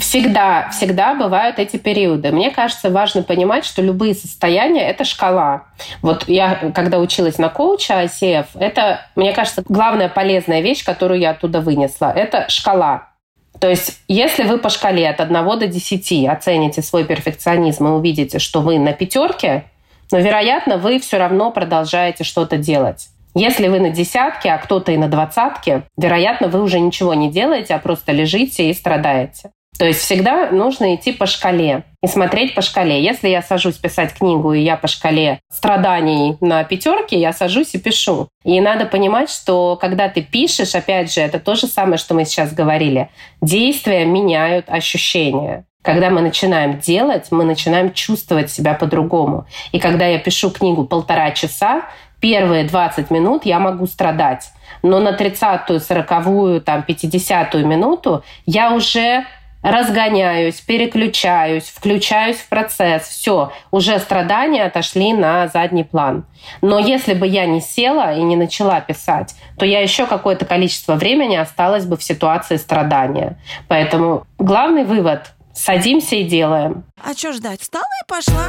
Speaker 1: Всегда бывают эти периоды. Мне кажется, важно понимать, что любые состояния – это шкала. Вот я, когда училась на коуча ICF, это, мне кажется, главная полезная вещь, которую я оттуда вынесла – это шкала. То есть, если вы по шкале от 1 до 10 оцените свой перфекционизм и увидите, что вы на 5, но, вероятно, вы все равно продолжаете что-то делать. Если вы на 10, а кто-то и на 20, вероятно, вы уже ничего не делаете, а просто лежите и страдаете. То есть всегда нужно идти по шкале и смотреть по шкале. Если я сажусь писать книгу, и я по шкале страданий на 5, я сажусь и пишу. И надо понимать, что когда ты пишешь, опять же, это то же самое, что мы сейчас говорили. Действия меняют ощущения. Когда мы начинаем делать, мы начинаем чувствовать себя по-другому. И когда я пишу книгу 1,5 часа, первые 20 минут я могу страдать. Но на 30-ю, 40-ю, 50-ю минуту я уже разгоняюсь, переключаюсь, включаюсь в процесс. Все, уже страдания отошли на задний план. Но если бы я не села и не начала писать, то я еще какое-то количество времени осталась бы в ситуации страдания. Поэтому главный вывод – садимся и делаем.
Speaker 7: А что ждать? Встала и пошла.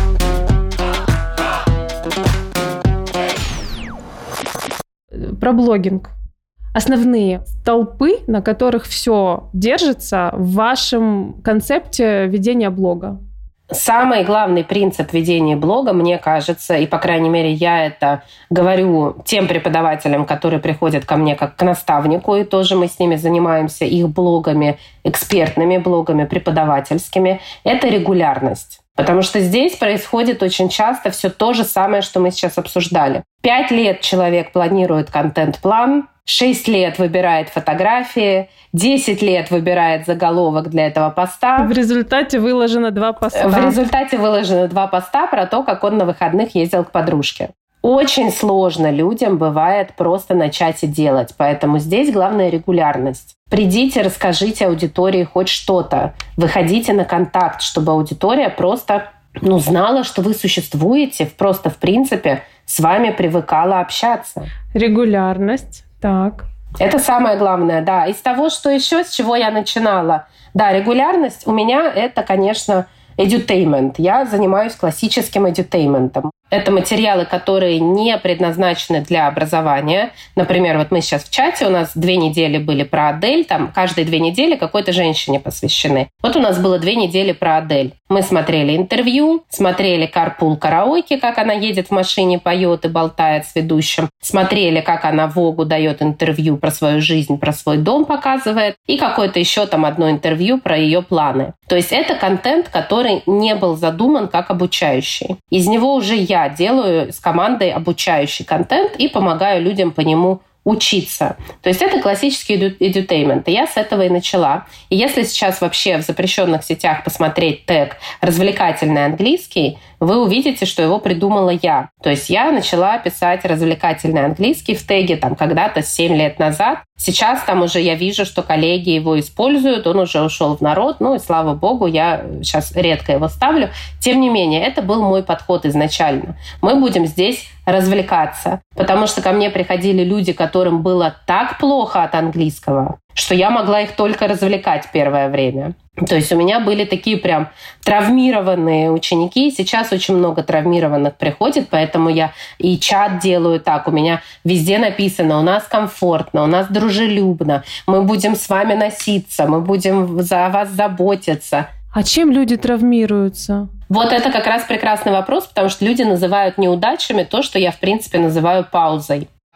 Speaker 2: Про блогинг. Основные столпы, на которых все держится в вашем концепте ведения блога.
Speaker 1: Самый главный принцип ведения блога, мне кажется, и, по крайней мере, я это говорю тем преподавателям, которые приходят ко мне как к наставнику, и тоже мы с ними занимаемся их блогами, экспертными блогами, преподавательскими, это регулярность. Потому что здесь происходит очень часто все то же самое, что мы сейчас обсуждали. 5 лет человек планирует контент-план, 6 лет выбирает фотографии, 10 лет выбирает заголовок для этого поста.
Speaker 2: В результате выложено 2 поста.
Speaker 1: В результате выложено 2 поста про то, как он на выходных ездил к подружке. Очень сложно людям бывает просто начать и делать. Поэтому здесь главная регулярность. Придите, расскажите аудитории хоть что-то. Выходите на контакт, чтобы аудитория просто знала, что вы существуете, просто в принципе с вами привыкала общаться.
Speaker 2: Регулярность. Так.
Speaker 1: Это самое главное, да. Из того, что еще, с чего я начинала. Да, регулярность у меня это, конечно, edutainment. Я занимаюсь классическим edutainment'ом. Это материалы, которые не предназначены для образования. Например, вот мы сейчас в чате, у нас 2 недели были про Адель, там каждые 2 недели какой-то женщине посвящены. Вот у нас было 2 недели про Адель. Мы смотрели интервью, смотрели карпул караоке, как она едет в машине, поет и болтает с ведущим. Смотрели, как она Вогу дает интервью про свою жизнь, про свой дом показывает. И какое-то еще там одно интервью про ее планы. То есть это контент, который не был задуман как обучающий. Из него уже я делаю с командой обучающий контент и помогаю людям по нему учиться. То есть это классический edutainment. И я с этого и начала. И если сейчас вообще в запрещенных сетях посмотреть тег «развлекательный английский», вы увидите, что его придумала я. То есть я начала писать развлекательный английский в теге там когда-то 7 лет назад. Сейчас там уже я вижу, что коллеги его используют, он уже ушел в народ, и слава богу, я сейчас редко его ставлю. Тем не менее, это был мой подход изначально. Мы будем здесь развлекаться, потому что ко мне приходили люди, которым было так плохо от английского, что я могла их только развлекать первое время. То есть у меня были такие прям травмированные ученики. Сейчас очень много травмированных приходит, поэтому я и чат делаю так. У меня везде написано: у нас комфортно, у нас дружелюбно, мы будем с вами носиться, мы будем за вас заботиться.
Speaker 2: А чем люди травмируются?
Speaker 1: Вот это как раз прекрасный вопрос, потому что люди называют неудачами то, что я, в принципе, называю паузой.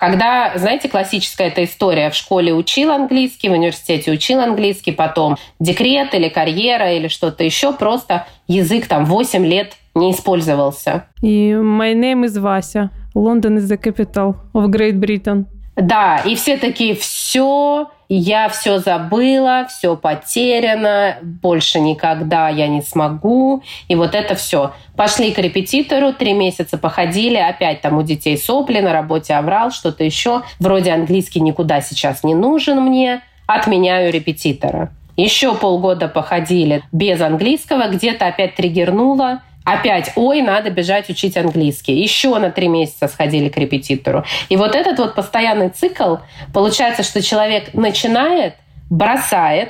Speaker 1: Когда, знаете, классическая эта история, в школе учил английский, в университете учил английский, потом декрет или карьера или что-то еще, просто язык там 8 лет не использовался.
Speaker 2: И my name is Вася. London is the capital of Great Britain.
Speaker 1: Да, и все такие, все, я все забыла, все потеряно, больше никогда я не смогу. И вот это все. Пошли к репетитору, 3 месяца походили, опять там у детей сопли, на работе оврал, что-то еще. Вроде английский никуда сейчас не нужен мне, отменяю репетитора. Еще полгода походили без английского, где-то опять триггернуло. Опять, ой, надо бежать учить английский. Еще на 3 месяца сходили к репетитору. И вот этот вот постоянный цикл, получается, что человек начинает, бросает,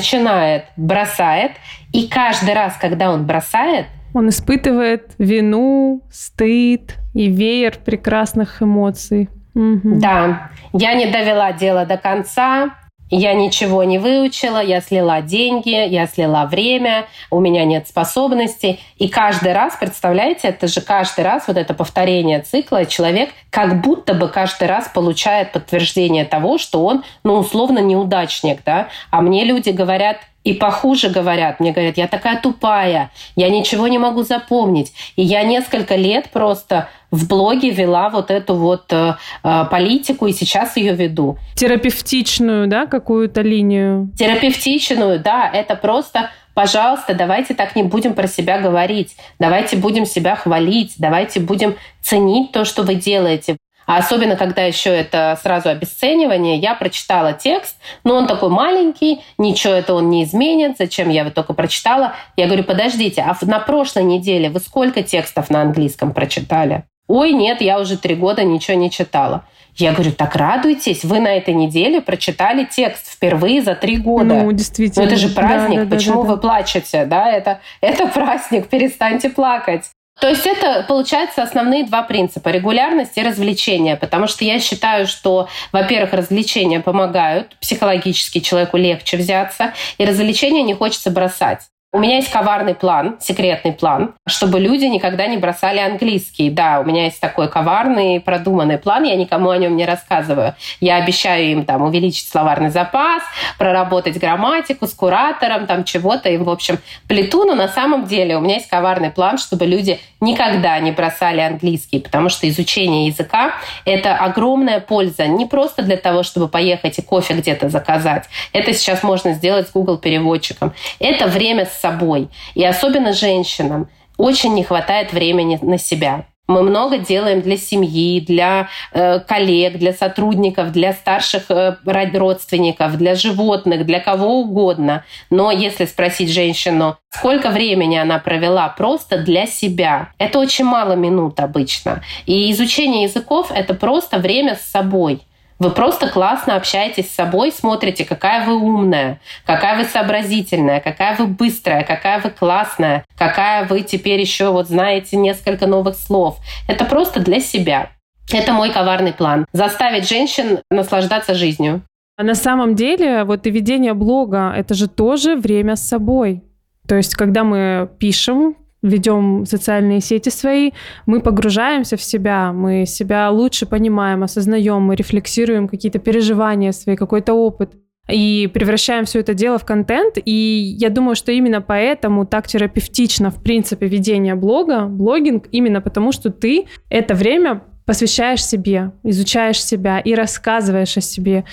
Speaker 1: и каждый раз, когда он бросает,
Speaker 2: он испытывает вину, стыд и веер прекрасных эмоций. Угу.
Speaker 1: Да, я не довела дело до конца, я ничего не выучила, я слила деньги, я слила время, у меня нет способностей. И каждый раз, представляете, это же каждый раз вот это повторение цикла, человек как будто бы каждый раз получает подтверждение того, что он, условно, неудачник, да? А мне люди говорят, и похуже говорят. Мне говорят, я такая тупая, я ничего не могу запомнить. И я несколько лет просто в блоге вела вот эту вот политику, и сейчас ее веду.
Speaker 2: Терапевтичную, да, какую-то линию?
Speaker 1: Терапевтичную, да, это просто... Пожалуйста, давайте так не будем про себя говорить. Давайте будем себя хвалить. Давайте будем ценить то, что вы делаете. А особенно, когда еще это сразу обесценивание, я прочитала текст, но он такой маленький, ничего это он не изменит, зачем я его только прочитала. Я говорю, подождите, а на прошлой неделе вы сколько текстов на английском прочитали? Ой, нет, я уже 3 года ничего не читала. Я говорю, так радуйтесь, вы на этой неделе прочитали текст впервые за 3 года.
Speaker 2: Действительно.
Speaker 1: Это же праздник,
Speaker 2: да,
Speaker 1: почему
Speaker 2: да.
Speaker 1: вы плачете? Да? Это праздник, перестаньте плакать. То есть это, получается, основные 2 принципа – регулярность и развлечение. Потому что я считаю, что, во-первых, развлечения помогают, психологически человеку легче взяться, и развлечения не хочется бросать. У меня есть коварный план, секретный план, чтобы люди никогда не бросали английский. Да, у меня есть такой коварный, продуманный план, я никому о нем не рассказываю. Я обещаю им там увеличить словарный запас, проработать грамматику с куратором, там чего-то им, в общем, плету. Но на самом деле у меня есть коварный план, чтобы люди никогда не бросали английский, потому что изучение языка — это огромная польза. Не просто для того, чтобы поехать и кофе где-то заказать. Это сейчас можно сделать с Google-переводчиком. Это время с собой. И особенно женщинам очень не хватает времени на себя. Мы много делаем для семьи, для коллег, для сотрудников, для старших родственников, для животных, для кого угодно. Но если спросить женщину, сколько времени она провела просто для себя, это очень мало минут обычно. И изучение языков — это просто время с собой. Вы просто классно общаетесь с собой, смотрите, какая вы умная, какая вы сообразительная, какая вы быстрая, какая вы классная, какая вы теперь еще знаете несколько новых слов. Это просто для себя. Это мой коварный план. Заставить женщин наслаждаться жизнью.
Speaker 2: А на самом деле и ведение блога — это же тоже время с собой. То есть, когда мы пишем, ведем социальные сети свои, мы погружаемся в себя, мы себя лучше понимаем, осознаем, мы рефлексируем какие-то переживания свои, какой-то опыт и превращаем все это дело в контент. И я думаю, что именно поэтому так терапевтично, в принципе, ведение блога, блогинг, именно потому что ты это время посвящаешь себе, изучаешь себя и рассказываешь о себе.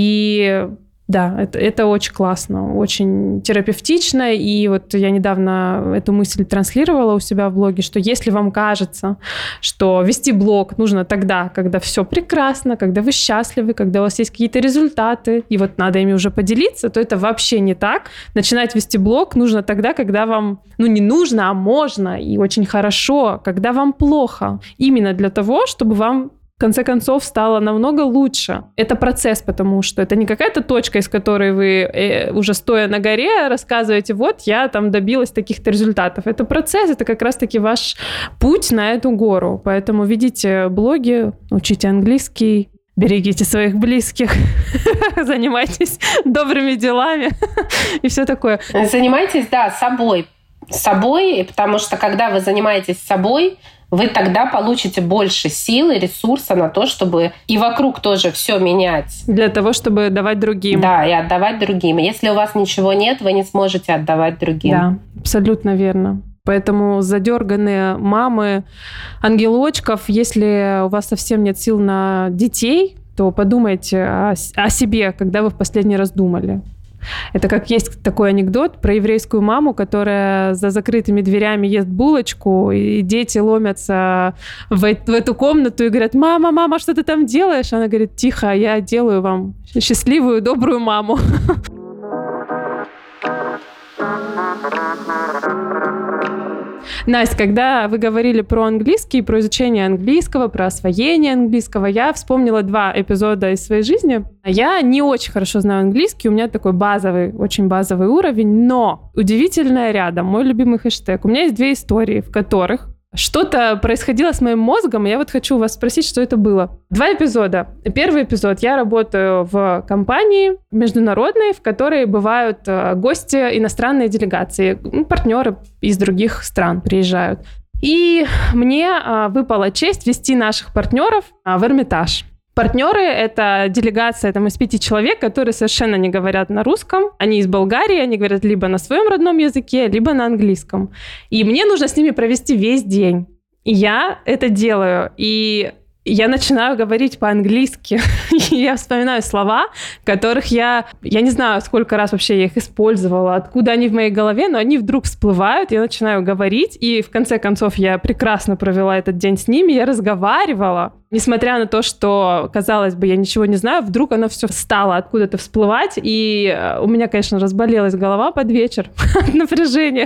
Speaker 2: И да, это очень классно, очень терапевтично. И я недавно эту мысль транслировала у себя в блоге, что если вам кажется, что вести блог нужно тогда, когда все прекрасно, когда вы счастливы, когда у вас есть какие-то результаты, и надо ими уже поделиться, то это вообще не так. Начинать вести блог нужно тогда, когда вам, не нужно, а можно, и очень хорошо, когда вам плохо. Именно для того, чтобы вам в конце концов стало намного лучше. Это процесс, потому что это не какая-то точка, из которой вы уже стоя на горе рассказываете, я там добилась таких-то результатов. Это процесс, это как раз-таки ваш путь на эту гору. Поэтому ведите блоги, учите английский, берегите своих близких, занимайтесь добрыми делами и все такое.
Speaker 1: Занимайтесь, собой. С собой, потому что когда вы занимаетесь собой, вы тогда получите больше сил и ресурса на то, чтобы и вокруг тоже все менять.
Speaker 2: Для того, чтобы давать другим.
Speaker 1: Да, и отдавать другим. Если у вас ничего нет, вы не сможете отдавать другим.
Speaker 2: Да, абсолютно верно. Поэтому задерганные мамы ангелочков, если у вас совсем нет сил на детей, то подумайте о себе, когда вы в последний раз думали. Это как есть такой анекдот про еврейскую маму, которая за закрытыми дверями ест булочку, и дети ломятся в эту комнату и говорят: «Мама, что ты там делаешь?» Она говорит: «Тихо, я делаю вам счастливую, добрую маму». Настя, когда вы говорили про английский, про изучение английского, про освоение английского, я вспомнила 2 эпизода из своей жизни. Я не очень хорошо знаю английский, у меня такой базовый, очень базовый уровень, но удивительное рядом, мой любимый хэштег. У меня есть 2 истории, в которых что-то происходило с моим мозгом, и я вот хочу у вас спросить, что это было. 2 эпизода. Первый эпизод. Я работаю в компании международной, в которой бывают гости, иностранные делегации, партнеры из других стран приезжают. И мне выпала честь вести наших партнеров в Эрмитаж. Партнеры — это делегация из 5 человек, которые совершенно не говорят на русском. Они из Болгарии, они говорят либо на своем родном языке, либо на английском. И мне нужно с ними провести весь день. И я это делаю. И я начинаю говорить по-английски. Я вспоминаю слова, которых я не знаю, сколько раз вообще я их использовала, откуда они в моей голове, но они вдруг всплывают, я начинаю говорить, и в конце концов я прекрасно провела этот день с ними, я разговаривала. Несмотря на то, что, казалось бы, я ничего не знаю, вдруг оно все стало откуда-то всплывать, и у меня, конечно, разболелась голова под вечер от напряжения.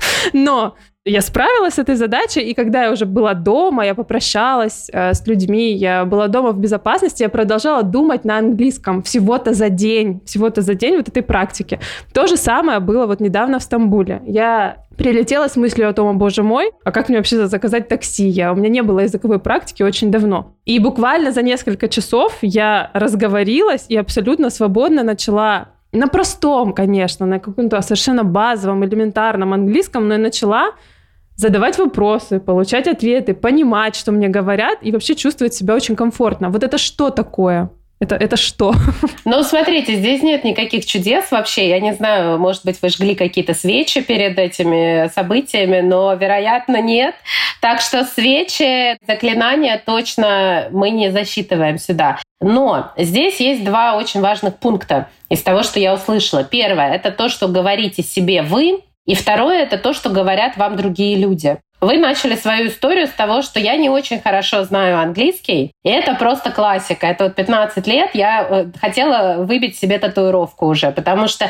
Speaker 2: Но я справилась с этой задачей, и когда я уже была дома, я попрощалась с людьми, я была дома в безопасности, я продолжала думать на английском всего-то за день вот этой практики. То же самое было вот недавно в Стамбуле. Я прилетела с мыслью о том: о боже мой, а как мне вообще заказать такси? У меня не было языковой практики очень давно. И буквально за несколько часов я разговорилась и абсолютно свободно начала на простом, конечно, на каком-то совершенно базовом, элементарном английском, но я начала задавать вопросы, получать ответы, понимать, что мне говорят, и вообще чувствовать себя очень комфортно. Вот это что такое? Это что?
Speaker 1: Ну, смотрите, здесь нет никаких чудес вообще. Я не знаю, может быть, вы жгли какие-то свечи перед этими событиями, но, вероятно, нет. Так что свечи, заклинания точно мы не засчитываем сюда. Но здесь есть 2 очень важных пункта из того, что я услышала. Первое — это то, что говорите себе вы. И второе — это то, что говорят вам другие люди. Вы начали свою историю с того, что я не очень хорошо знаю английский, и это просто классика. Это вот 15 лет я хотела выбить себе татуировку уже, потому что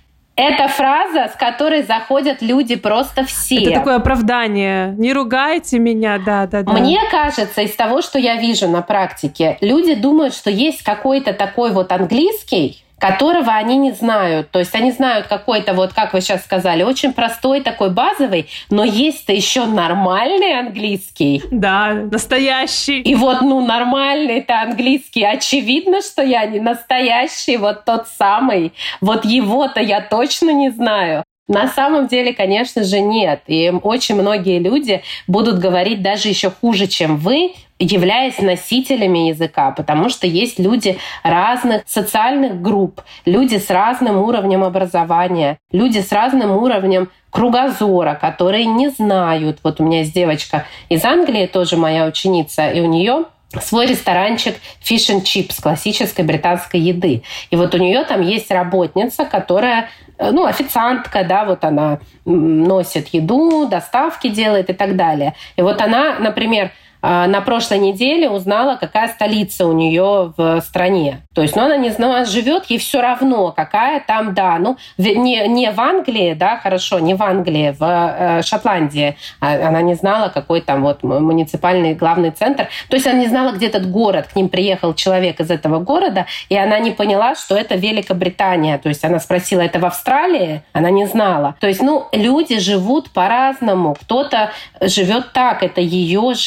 Speaker 1: это фраза, с которой заходят люди просто все.
Speaker 2: Это такое оправдание. Не ругайте меня, да.
Speaker 1: Мне кажется, из того, что я вижу на практике, люди думают, что есть какой-то такой вот английский, которого они не знают. То есть они знают какой-то, вот как вы сейчас сказали, очень простой, такой базовый, но есть-то еще нормальный английский.
Speaker 2: Да, настоящий.
Speaker 1: И вот, нормальный-то английский. Очевидно, что я не настоящий, вот тот самый. Вот его-то я точно не знаю. На самом деле, конечно же, нет. И очень многие люди будут говорить даже еще хуже, чем вы, являясь носителями языка, потому что есть люди разных социальных групп, люди с разным уровнем образования, люди с разным уровнем кругозора, которые не знают. Вот у меня есть девочка из Англии, тоже моя ученица, и у нее свой ресторанчик Fish and Chips, классической британской еды. И вот у нее там есть работница, которая, официантка, да, вот она носит еду, доставки делает и так далее. И вот она, например, на прошлой неделе узнала, какая столица у нее в стране. То есть, она не знала, живет, ей все равно, какая там, да, не в Англии, да, хорошо, не в Англии, в Шотландии. Она не знала, какой там вот муниципальный главный центр. То есть, она не знала, где этот город. К ним приехал человек из этого города, и она не поняла, что это Великобритания. То есть, она спросила, это в Австралии? Она не знала. То есть, люди живут по-разному. Кто-то живет так, это ее жизнь,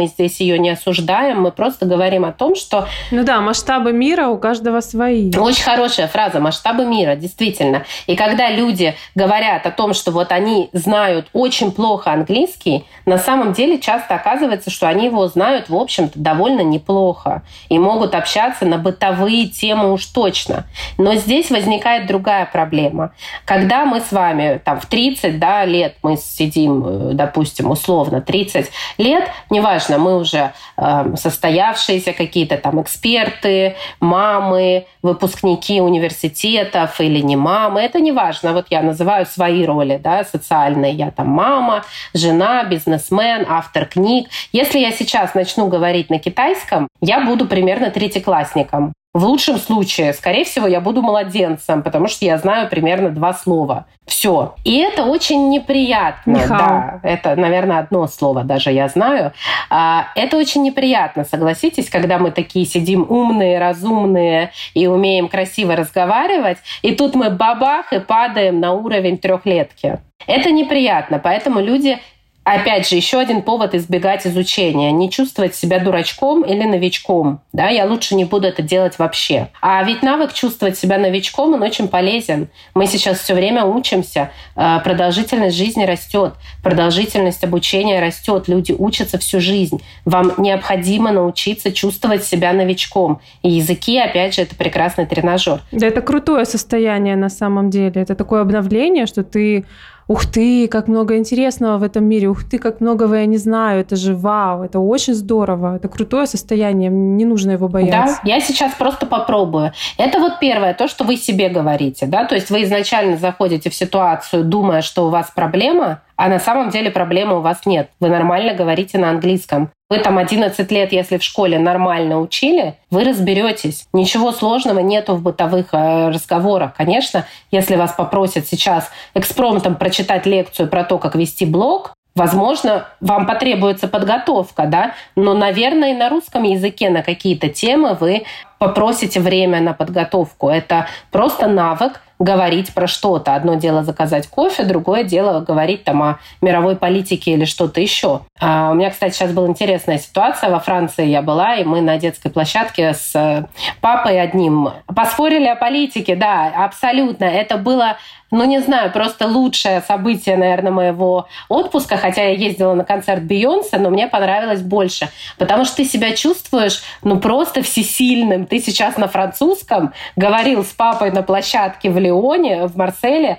Speaker 1: мы здесь ее не осуждаем, мы просто говорим о том, что...
Speaker 2: Ну да, масштабы мира у каждого свои.
Speaker 1: Очень хорошая фраза, масштабы мира, действительно. И когда люди говорят о том, что вот они знают очень плохо английский, на самом деле часто оказывается, что они его знают, в общем-то, довольно неплохо и могут общаться на бытовые темы уж точно. Но здесь возникает другая проблема. Когда мы с вами там, в 30 лет мы сидим, допустим, условно, 30 лет, неважно, мы уже состоявшиеся какие-то там эксперты, мамы, выпускники университетов или не мамы, это неважно. Вот я называю свои роли, да, социальные. Я там мама, жена, бизнесмен, автор книг. Если я сейчас начну говорить на китайском, я буду примерно третьеклассником. В лучшем случае, скорее всего, я буду младенцем, потому что я знаю примерно 2 слова. Все. И это очень неприятно. Да, это, наверное, одно слово даже я знаю. Это очень неприятно, согласитесь, когда мы такие сидим умные, разумные и умеем красиво разговаривать, и тут мы бабах и падаем на уровень 3-летки. Это неприятно, поэтому люди... Опять же, еще один повод избегать изучения. Не чувствовать себя дурачком или новичком. Да, я лучше не буду это делать вообще. А ведь навык чувствовать себя новичком, он очень полезен. Мы сейчас все время учимся. Продолжительность жизни растет. Продолжительность обучения растет. Люди учатся всю жизнь. Вам необходимо научиться чувствовать себя новичком. И языки, опять же, это прекрасный тренажер.
Speaker 2: Да, это крутое состояние на самом деле. Это такое обновление, что ты... Ух ты, как много интересного в этом мире, ух ты, как многого я не знаю, это же вау, это очень здорово, это крутое состояние, не нужно его бояться.
Speaker 1: Да, я сейчас просто попробую. Это вот первое, то, что вы себе говорите, да, то есть вы изначально заходите в ситуацию, думая, что у вас проблема, а на самом деле проблемы у вас нет. Вы нормально говорите на английском. Вы там 11 лет, если в школе нормально учили, вы разберетесь. Ничего сложного нету в бытовых разговорах. Конечно, если вас попросят сейчас экспромтом прочитать лекцию про то, как вести блог, возможно, вам потребуется подготовка, да? Но, наверное, и на русском языке на какие-то темы вы попросите время на подготовку. Это просто навык говорить про что-то. Одно дело заказать кофе, другое дело говорить там о мировой политике или что-то еще. У меня, кстати, сейчас была интересная ситуация. Во Франции я была, и мы на детской площадке с папой одним поспорили о политике. Да, абсолютно. Это было, не знаю, просто лучшее событие, наверное, моего отпуска. Хотя я ездила на концерт Бейонсе, но мне понравилось больше. Потому что ты себя чувствуешь, просто всесильным. Ты сейчас на французском говорил с папой на площадке в Лионе, в Марселе,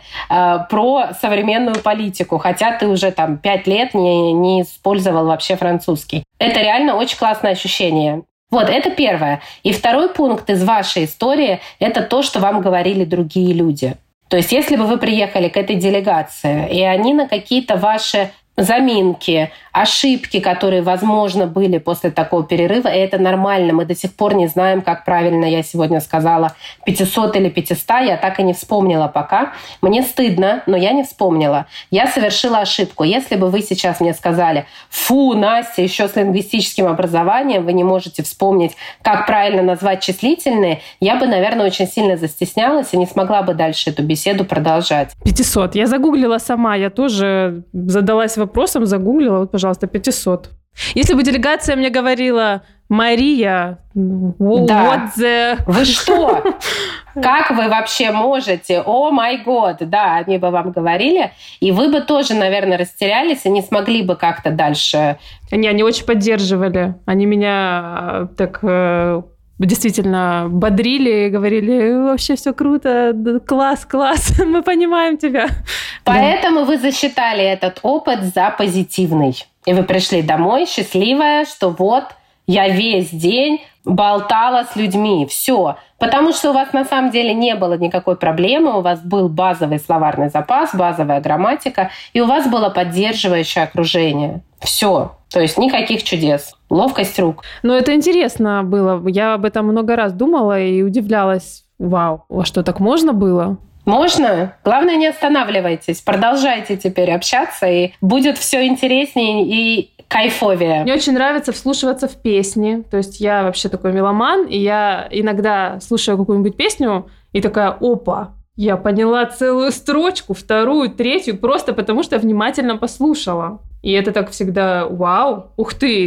Speaker 1: про современную политику, хотя ты уже там 5 лет не использовал вообще французский. Это реально очень классное ощущение. Вот, это первое. И второй пункт из вашей истории – это то, что вам говорили другие люди. То есть если бы вы приехали к этой делегации, и они на какие-то ваши заминки, ошибки, которые, возможно, были после такого перерыва, и это нормально. Мы до сих пор не знаем, как правильно я сегодня сказала, 500 или 500, я так и не вспомнила пока. Мне стыдно, но я не вспомнила. Я совершила ошибку. Если бы вы сейчас мне сказали: фу, Настя, еще с лингвистическим образованием вы не можете вспомнить, как правильно назвать числительные, я бы, наверное, очень сильно застеснялась и не смогла бы дальше эту беседу продолжать.
Speaker 2: 500. Я загуглила сама, я тоже задалась вопросом, загуглила, вот, пожалуйста, 500. Если бы делегация мне говорила: Мария,
Speaker 1: what the... Вы что? Как вы вообще можете? О май год! Да, они бы вам говорили, и вы бы тоже, наверное, растерялись и не смогли бы как-то дальше.
Speaker 2: Они очень поддерживали. Они меня так... действительно бодрили и говорили: вообще все круто, класс, мы понимаем тебя.
Speaker 1: Поэтому вы засчитали этот опыт за позитивный. И вы пришли домой счастливая, что вот я весь день болтала с людьми. Все. Потому что у вас на самом деле не было никакой проблемы, у вас был базовый словарный запас, базовая грамматика, и у вас было поддерживающее окружение. Все. То есть никаких чудес. Ловкость рук.
Speaker 2: Но это интересно было. Я об этом много раз думала и удивлялась. Вау, а что, так можно было?
Speaker 1: Можно. Главное, не останавливайтесь. Продолжайте теперь общаться, и будет все интереснее и кайфовее.
Speaker 2: Мне очень нравится вслушиваться в песни. То есть я вообще такой меломан, и я иногда слушаю какую-нибудь песню и такая: опа, я поняла целую строчку, вторую, третью, просто потому что внимательно послушала. И это так всегда: вау, ух ты.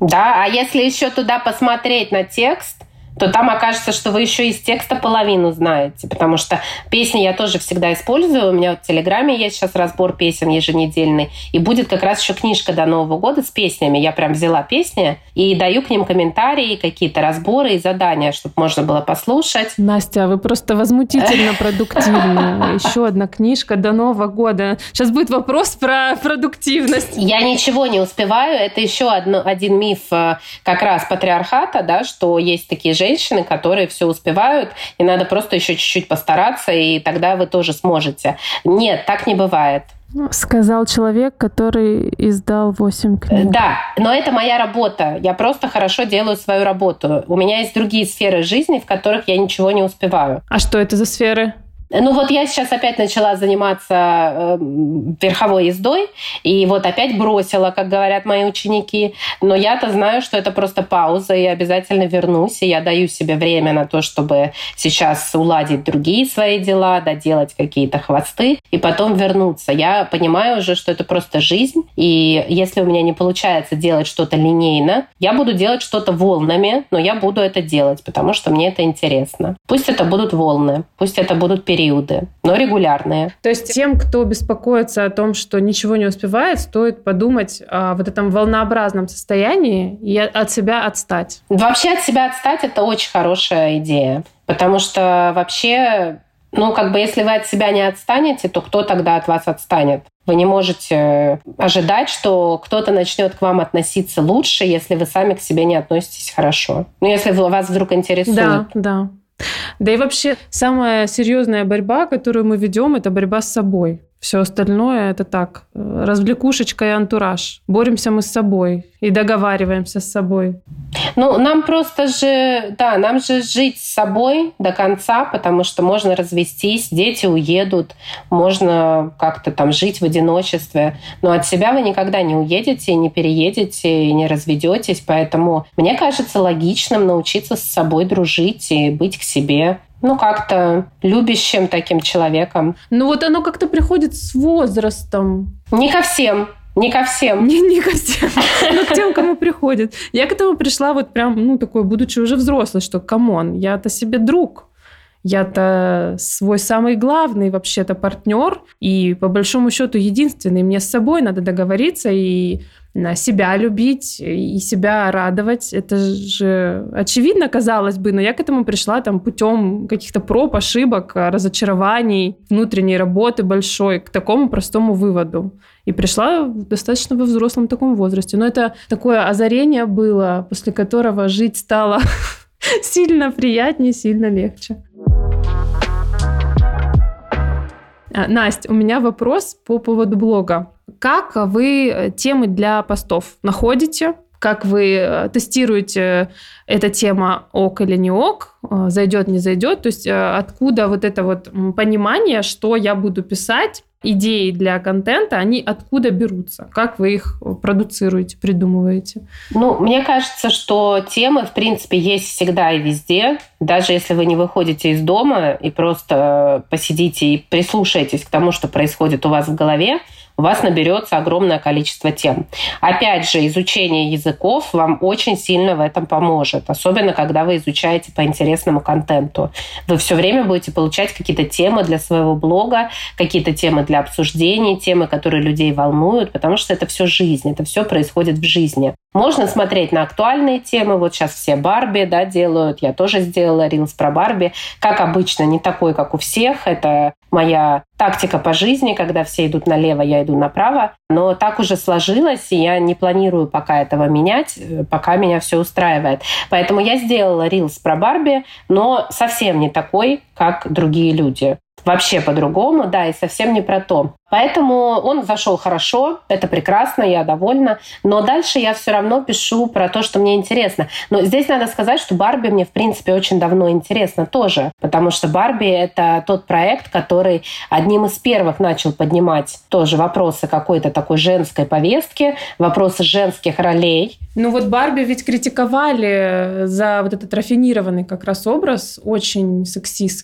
Speaker 1: Да, а если еще туда посмотреть на текст, то там окажется, что вы еще из текста половину знаете, потому что песни я тоже всегда использую. У меня в Телеграме есть сейчас разбор песен еженедельный, и будет как раз еще книжка до Нового года с песнями. Я прям взяла песни и даю к ним комментарии, какие-то разборы и задания, чтобы можно было послушать.
Speaker 2: Настя, вы просто возмутительно продуктивны. Еще одна книжка до Нового года. Сейчас будет вопрос про продуктивность.
Speaker 1: Я ничего не успеваю. Это еще один миф как раз патриархата, да, что есть такие женщины, которые все успевают, и надо просто еще чуть-чуть постараться, и тогда вы тоже сможете. Нет, так не бывает.
Speaker 2: Сказал человек, который издал 8 книг.
Speaker 1: Да, но это моя работа. Я просто хорошо делаю свою работу. У меня есть другие сферы жизни, в которых я ничего не успеваю.
Speaker 2: А что это за сферы?
Speaker 1: Ну вот я сейчас опять начала заниматься верховой ездой, и вот опять бросила, как говорят мои ученики. Но я-то знаю, что это просто пауза, и обязательно вернусь, и я даю себе время на то, чтобы сейчас уладить другие свои дела, доделать какие-то хвосты, и потом вернуться. Я понимаю уже, что это просто жизнь, и если у меня не получается делать что-то линейно, я буду делать что-то волнами, но я буду это делать, потому что мне это интересно. Пусть это будут волны, пусть это будут периоды, но регулярные.
Speaker 2: То есть тем, кто беспокоится о том, что ничего не успевает, стоит подумать о вот этом волнообразном состоянии и от себя отстать.
Speaker 1: Вообще от себя отстать – это очень хорошая идея, потому что вообще, если вы от себя не отстанете, то кто тогда от вас отстанет? Вы не можете ожидать, что кто-то начнет к вам относиться лучше, если вы сами к себе не относитесь хорошо. Если вас вдруг интересует.
Speaker 2: Да. Да и вообще самая серьезная борьба, которую мы ведем, это борьба с собой. Все остальное это так, развлекушечка и антураж. Боремся мы с собой и договариваемся с собой.
Speaker 1: Нам просто нам же жить с собой до конца, потому что можно развестись, дети уедут, можно как-то там жить в одиночестве. Но от себя вы никогда не уедете, не переедете, и не разведетесь. Поэтому мне кажется логичным научиться с собой дружить и быть к себе. Как-то любящим таким человеком.
Speaker 2: Оно как-то приходит с возрастом.
Speaker 1: Не ко всем. Не ко всем.
Speaker 2: Не ко всем. Но к тем, кому приходит. Я к этому пришла будучи уже взрослой, что, камон, я-то себе друг. Я-то свой самый главный вообще-то партнер. И по большому счету единственный. Мне с собой надо договориться и себя любить и себя радовать. Это же очевидно, казалось бы, но я к этому пришла путем каких-то проб, ошибок, разочарований, внутренней работы большой, к такому простому выводу. И пришла достаточно во взрослом таком возрасте. Но это такое озарение было, после которого жить стало сильно приятнее, сильно легче. Настя, у меня вопрос по поводу блога. Как вы темы для постов находите? Как вы тестируете, эта тема ок или не ок, зайдет, не зайдет? То есть откуда вот это понимание, что я буду писать, идеи для контента, они откуда берутся? Как вы их продуцируете, придумываете?
Speaker 1: Мне кажется, что темы, в принципе, есть всегда и везде. Даже если вы не выходите из дома и просто посидите и прислушаетесь к тому, что происходит у вас в голове, у вас наберется огромное количество тем. Опять же, изучение языков вам очень сильно в этом поможет, особенно когда вы изучаете по интересному контенту. Вы все время будете получать какие-то темы для своего блога, какие-то темы для обсуждений, темы, которые людей волнуют, потому что это все жизнь, это все происходит в жизни. Можно смотреть на актуальные темы. Вот сейчас все Барби делают. Я тоже сделала рилс про Барби. Как обычно, не такой, как у всех. Это моя тактика по жизни, когда все идут налево, я иду направо. Но так уже сложилось, и я не планирую пока этого менять, пока меня все устраивает. Поэтому я сделала рилс про Барби, но совсем не такой, как другие люди. Вообще по-другому, и совсем не про то. Поэтому он зашел хорошо, это прекрасно, я довольна. Но дальше я все равно пишу про то, что мне интересно. Но здесь надо сказать, что Барби мне, в принципе, очень давно интересно тоже. Потому что Барби — это тот проект, который одним из первых начал поднимать тоже вопросы какой-то такой женской повестки, вопросы женских ролей.
Speaker 2: Барби ведь критиковали за вот этот рафинированный как раз образ, очень сексистский.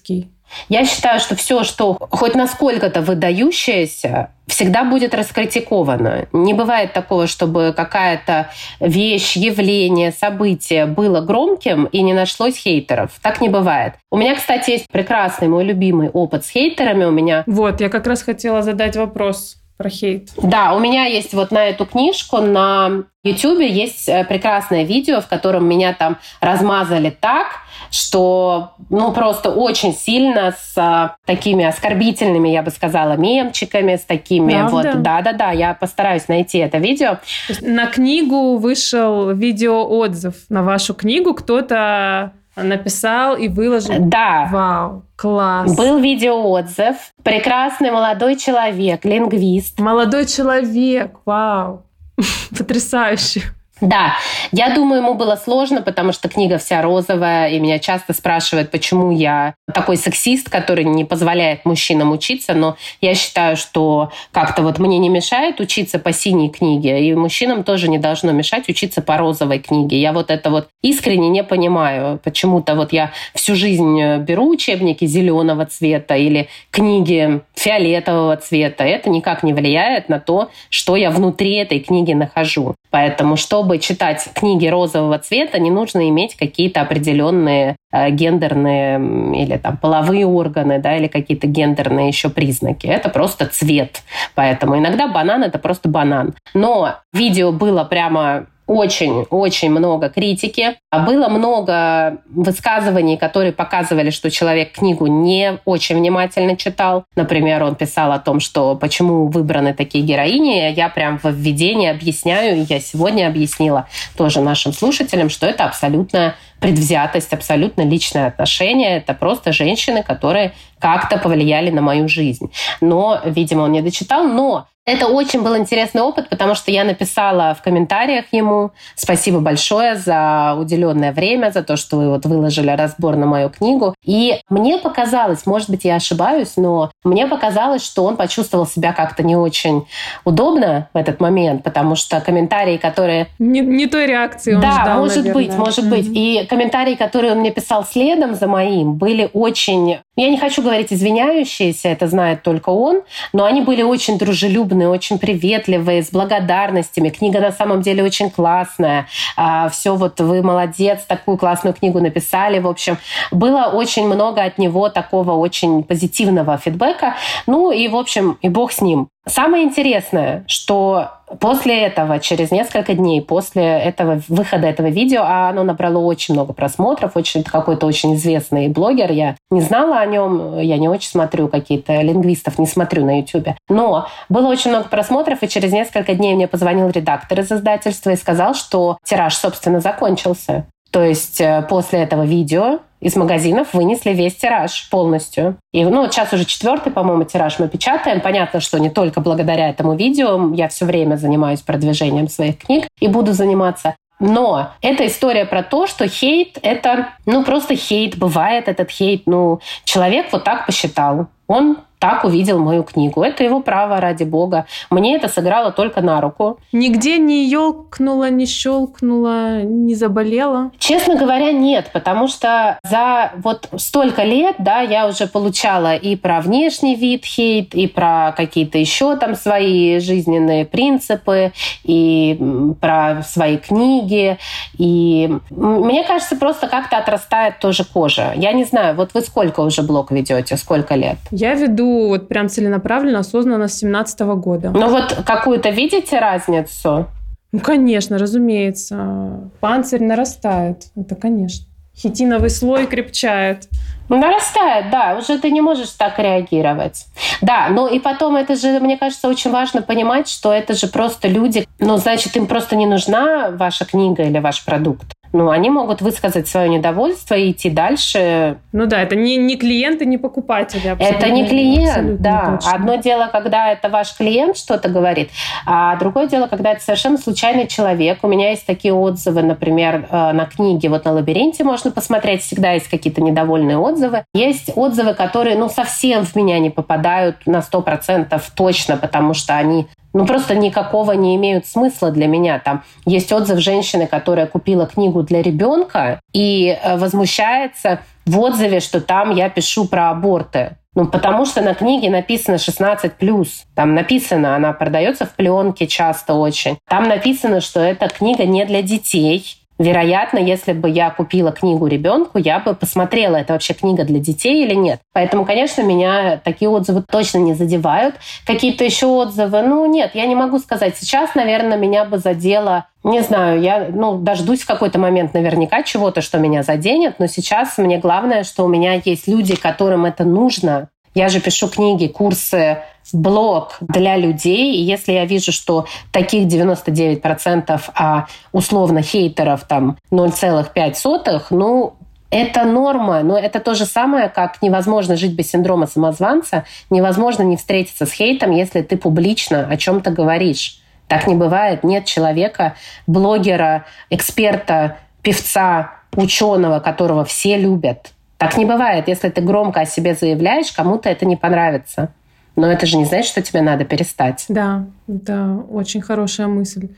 Speaker 1: Я считаю, что все, что хоть насколько-то выдающееся, всегда будет раскритиковано. Не бывает такого, чтобы какая-то вещь, явление, событие было громким и не нашлось хейтеров. Так не бывает. У меня, кстати, есть прекрасный мой любимый опыт с хейтерами. У меня...
Speaker 2: Вот, я как раз хотела задать вопрос про хейт.
Speaker 1: Да, у меня есть вот на эту книжку на YouTube есть прекрасное видео, в котором меня там размазали так, что, просто очень сильно с такими оскорбительными, я бы сказала, мемчиками, с такими
Speaker 2: Правда?
Speaker 1: вот... Да, я постараюсь найти это видео.
Speaker 2: На книгу вышел видеоотзыв на вашу книгу. Кто-то написал и выложил.
Speaker 1: Да.
Speaker 2: Вау, класс.
Speaker 1: Был видеоотзыв. Прекрасный молодой человек, лингвист.
Speaker 2: Молодой человек, вау. Потрясающе.
Speaker 1: Да, я думаю, ему было сложно, потому что книга вся розовая, и меня часто спрашивают, почему я такой сексист, который не позволяет мужчинам учиться, но я считаю, что как-то вот мне не мешает учиться по синей книге, и мужчинам тоже не должно мешать учиться по розовой книге. Я вот это вот искренне не понимаю. Почему-то вот я всю жизнь беру учебники зеленого цвета или книги фиолетового цвета. Это никак не влияет на то, что я внутри этой книги нахожу. Поэтому, чтобы читать книги розового цвета, не нужно иметь какие-то определенные гендерные или там половые органы, да, или какие-то гендерные еще признаки. Это просто цвет. Поэтому иногда банан — это просто банан. Но видео было прямо... Очень-очень много критики. Было много высказываний, которые показывали, что человек книгу не очень внимательно читал. Например, он писал о том, что почему выбраны такие героини. Я прям в введении объясняю, и я сегодня объяснила тоже нашим слушателям, что это абсолютно предвзятость, абсолютно личное отношение. Это просто женщины, которые как-то повлияли на мою жизнь. Но, видимо, он не дочитал. Но это очень был интересный опыт, потому что я написала в комментариях ему: спасибо большое за уделенное время, за то, что вы вот выложили разбор на мою книгу. И мне показалось, может быть, я ошибаюсь, но мне показалось, что он почувствовал себя как-то не очень удобно в этот момент, потому что комментарии, которые...
Speaker 2: Не той реакции он ждал,
Speaker 1: да, может
Speaker 2: наверное.
Speaker 1: быть. И комментарии, которые он мне писал следом за моим, были очень... Я не хочу говорить извиняющиеся, это знает только он, но они были очень дружелюбные, очень приветливые, с благодарностями. Книга на самом деле очень классная. Все вот вы молодец, такую классную книгу написали. В общем, было очень много от него такого очень позитивного фидбэка. Ну и, в общем, и бог с ним. Самое интересное, что после этого, через несколько дней после этого выхода этого видео, а оно набрало очень много просмотров, какой-то очень известный блогер, я не знала о нем, я не очень смотрю какие-то лингвистов, не смотрю на YouTube. Но было очень много просмотров, и через несколько дней мне позвонил редактор из издательства и сказал, что тираж, собственно, закончился. То есть после этого видео из магазинов вынесли весь тираж полностью. И сейчас уже 4-й, по-моему, тираж мы печатаем. Понятно, что не только благодаря этому видео. Я все время занимаюсь продвижением своих книг и буду заниматься. Но это история про то, что хейт — это просто хейт. Бывает этот хейт. Человек вот так посчитал. Он так увидел мою книгу. Это его право, ради бога. Мне это сыграло только на руку.
Speaker 2: Нигде не ёлкнуло, не щелкнуло, не заболело?
Speaker 1: Честно говоря, нет, потому что за вот столько лет, да, я уже получала и про внешний вид хейт, и про какие-то еще там свои жизненные принципы, и про свои книги. И мне кажется, просто как-то отрастает тоже кожа. Я не знаю, вот вы сколько уже блог ведете, сколько лет?
Speaker 2: Я веду вот прям целенаправленно, осознанно с 2017 года.
Speaker 1: Вот какую-то видите разницу?
Speaker 2: Конечно, разумеется. Панцирь нарастает. Это конечно. Хитиновый слой крепчает.
Speaker 1: Нарастает, да. Уже ты не можешь так реагировать. Да, и потом это же, мне кажется, очень важно понимать, что это же просто люди. Значит, им просто не нужна ваша книга или ваш продукт. Они могут высказать свое недовольство и идти дальше.
Speaker 2: Да, это не клиенты, не покупатели.
Speaker 1: Это не клиент, да.
Speaker 2: Точно.
Speaker 1: Одно дело, когда это ваш клиент что-то говорит, а другое дело, когда это совершенно случайный человек. У меня есть такие отзывы, например, на книге, вот на «Лабиринте» можно посмотреть, всегда есть какие-то недовольные отзывы. Есть отзывы, которые, совсем в меня не попадают на 100% точно, потому что они просто никакого не имеют смысла для меня. Там есть отзыв женщины, которая купила книгу для ребенка и возмущается в отзыве, что там я пишу про аборты. Потому что на книге написано 16+. Там написано, она продается в пленке часто очень. Там написано, что эта книга не для детей. Вероятно, если бы я купила книгу ребенку, я бы посмотрела, это вообще книга для детей или нет. Поэтому, конечно, меня такие отзывы точно не задевают. Какие-то еще отзывы, нет, я не могу сказать. Сейчас, наверное, меня бы задело, не знаю, я дождусь в какой-то момент наверняка чего-то, что меня заденет, но сейчас мне главное, что у меня есть люди, которым это нужно. Я же пишу книги, курсы, блог для людей. И если я вижу, что таких 99%, а условно хейтеров там 0,5, это норма. Но это то же самое, как невозможно жить без синдрома самозванца, невозможно не встретиться с хейтом, если ты публично о чем-то говоришь. Так не бывает. Нет человека, блогера, эксперта, певца, ученого, которого все любят. Так не бывает. Если ты громко о себе заявляешь, кому-то это не понравится. Но это же не значит, что тебе надо перестать.
Speaker 2: Да, это очень хорошая мысль.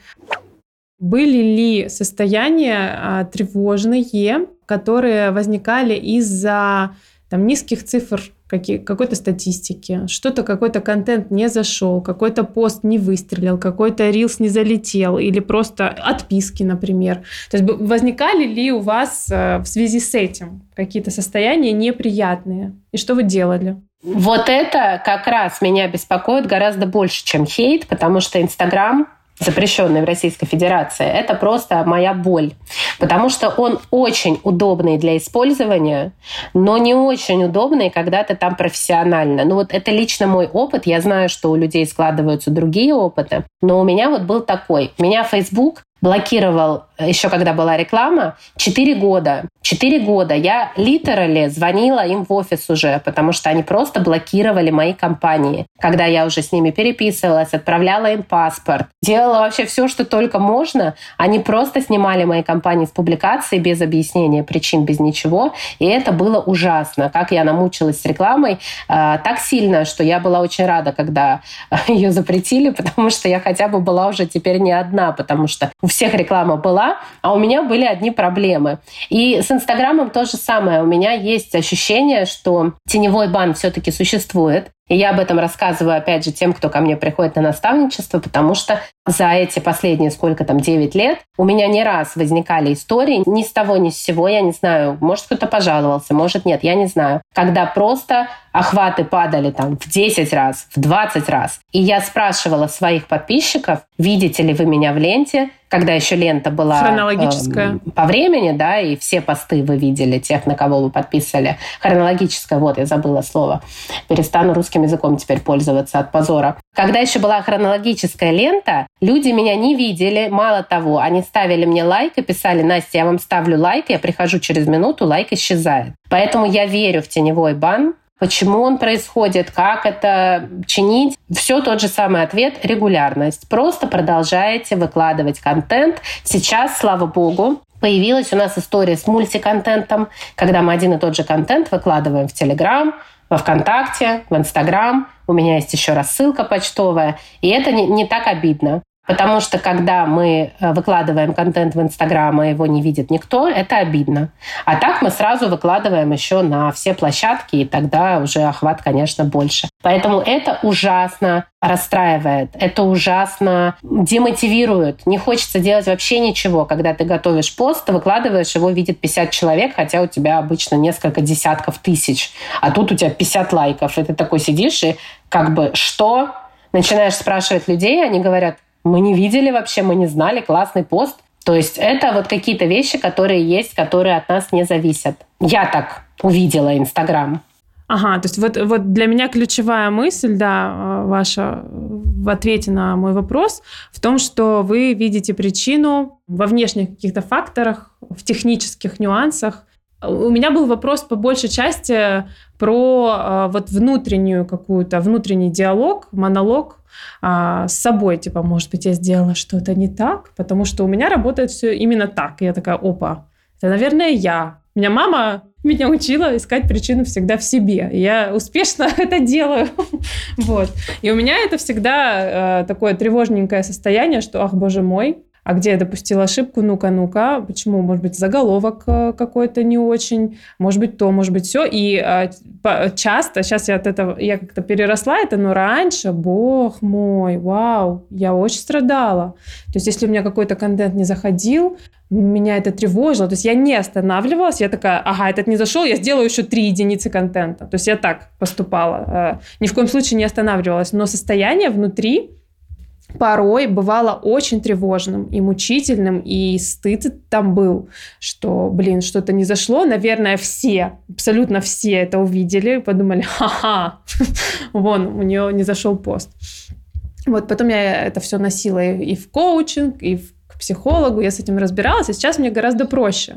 Speaker 2: Были ли состояния тревожные, которые возникали из-за низких цифр какой-то статистики, какой-то контент не зашел, какой-то пост не выстрелил, какой-то рилс не залетел или просто отписки, например. То есть возникали ли у вас в связи с этим какие-то состояния неприятные? И что вы делали?
Speaker 1: Вот это как раз меня беспокоит гораздо больше, чем хейт, потому что Инстаграм, запрещенный в Российской Федерации, это просто моя боль. Потому что он очень удобный для использования, но не очень удобный, когда ты там профессионально. Это лично мой опыт. Я знаю, что у людей складываются другие опыты. Но у меня был такой. Меня Facebook блокировал, еще когда была реклама, 4 года. 4 года я литерали звонила им в офис уже, потому что они просто блокировали мои компании. Когда я уже с ними переписывалась, отправляла им паспорт, делала вообще все, что только можно, они просто снимали мои компании с публикации без объяснения причин, без ничего. И это было ужасно. Как я намучилась с рекламой так сильно, что я была очень рада, когда ее запретили, потому что я хотя бы была уже теперь не одна, потому что у всех реклама была, а у меня были одни проблемы. И с Инстаграмом то же самое. У меня есть ощущение, что теневой бан все-таки существует. И я об этом рассказываю, опять же, тем, кто ко мне приходит на наставничество, потому что за эти последние, 9 лет, у меня не раз возникали истории, ни с того, ни с сего, я не знаю, может, кто-то пожаловался, может, нет, я не знаю, когда просто охваты падали в 10 раз, в 20 раз. И я спрашивала своих подписчиков, видите ли вы меня в ленте, когда еще лента была
Speaker 2: хронологическая
Speaker 1: по времени, да, и все посты вы видели, тех, на кого вы подписывали. Хронологическая, я забыла слово. Перестану русским языком теперь пользоваться от позора. Когда еще была хронологическая лента, люди меня не видели. Мало того, они ставили мне лайк и писали: Настя, я вам ставлю лайк, я прихожу через минуту, лайк исчезает. Поэтому я верю в теневой бан. Почему он происходит, как это чинить? Все тот же самый ответ – регулярность. Просто продолжаете выкладывать контент. Сейчас, слава богу, появилась у нас история с мультиконтентом, когда мы один и тот же контент выкладываем в Телеграм, во ВКонтакте, в Инстаграм. У меня есть еще рассылка почтовая. И это не так обидно. Потому что когда мы выкладываем контент в Инстаграм, а его не видит никто, это обидно. А так мы сразу выкладываем еще на все площадки, и тогда уже охват, конечно, больше. Поэтому это ужасно расстраивает, это ужасно демотивирует. Не хочется делать вообще ничего. Когда ты готовишь пост, ты выкладываешь, его видит 50 человек, хотя у тебя обычно несколько десятков тысяч. А тут у тебя 50 лайков. И ты такой сидишь и что? Начинаешь спрашивать людей, они говорят: мы не видели вообще, мы не знали, классный пост. То есть это какие-то вещи, которые есть, которые от нас не зависят. Я так увидела Инстаграм.
Speaker 2: Ага, то есть вот для меня ключевая мысль, да, ваша в ответе на мой вопрос в том, что вы видите причину во внешних каких-то факторах, в технических нюансах. У меня был вопрос по большей части про внутренний диалог, монолог с собой. Может быть, я сделала что-то не так, потому что у меня работает все именно так. И я такая: опа, это, наверное, я. Меня мама учила искать причину всегда в себе. Я успешно это делаю. Вот. И у меня это всегда такое тревожненькое состояние, что, ах, боже мой, а где я допустила ошибку? Ну-ка. Почему? Может быть, заголовок какой-то не очень. Может быть, то, может быть, все. И часто, сейчас я как-то переросла это, но раньше, бог мой, вау, я очень страдала. То есть, если у меня какой-то контент не заходил, меня это тревожило. То есть, я не останавливалась. Я такая, ага, этот не зашел, я сделаю еще 3 единицы контента. То есть, я так поступала. Ни в коем случае не останавливалась. Но состояние внутри порой бывало очень тревожным и мучительным, и стыд там был, что, что-то не зашло. Наверное, абсолютно все это увидели, подумали, ха-ха, вон, у нее не зашел пост. Вот, потом я это все носила и в коучинг, и к психологу, я с этим разбиралась, и сейчас мне гораздо проще.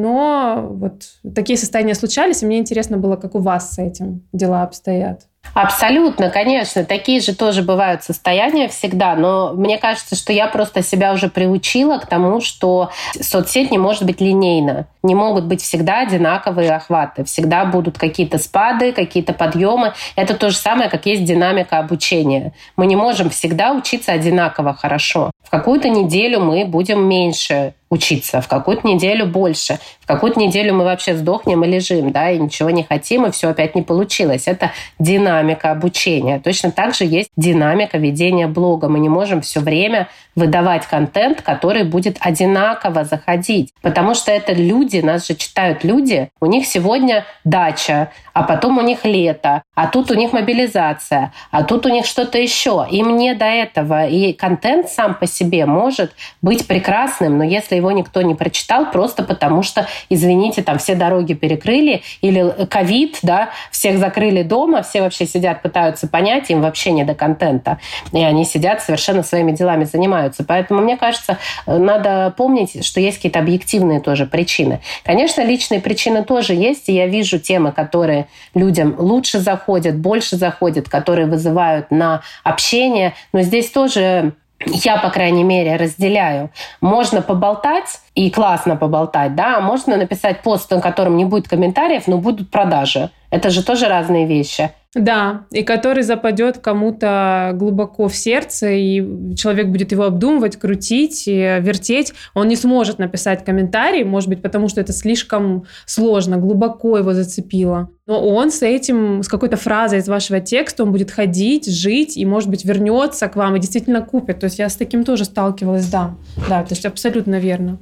Speaker 2: Но вот такие состояния случались, и мне интересно было, как у вас с этим дела обстоят.
Speaker 1: Абсолютно, конечно. Такие же тоже бывают состояния всегда, но мне кажется, что я просто себя уже приучила к тому, что соцсеть не может быть линейна. Не могут быть всегда одинаковые охваты. Всегда будут какие-то спады, какие-то подъемы. Это то же самое, как есть динамика обучения. Мы не можем всегда учиться одинаково хорошо. В какую-то неделю мы будем меньше учиться, в какую-то неделю больше, в какую-то неделю мы вообще сдохнем и лежим, да, и ничего не хотим, и все опять не получилось. Это динамика обучения. Точно так же есть динамика ведения блога. Мы не можем все время выдавать контент, который будет одинаково заходить, потому что это люди, нас же читают люди, у них сегодня дача, а потом у них лето, а тут у них мобилизация, а тут у них что-то еще. Им не до этого. И контент сам по себе может быть прекрасным, но если его никто не прочитал, просто потому что, извините, там все дороги перекрыли, или ковид, да, всех закрыли дома, все вообще сидят, пытаются понять, им вообще не до контента. И они сидят, совершенно своими делами занимаются. Поэтому, мне кажется, надо помнить, что есть какие-то объективные тоже причины. Конечно, личные причины тоже есть, и я вижу темы, которые людям лучше заходят, больше заходят, которые вызывают на общение. Но здесь тоже я, по крайней мере, разделяю. Можно поболтать, и классно поболтать, да, а можно написать пост, на котором не будет комментариев, но будут продажи. Это же тоже разные вещи.
Speaker 2: Да, и который западет кому-то глубоко в сердце, и человек будет его обдумывать, крутить, и вертеть. Он не сможет написать комментарий, может быть, потому что это слишком сложно, глубоко его зацепило. Но он с этим, с какой-то фразой из вашего текста, он будет ходить, жить, и, может быть, вернется к вам и действительно купит. То есть я с таким тоже сталкивалась, да. Да, то есть абсолютно верно.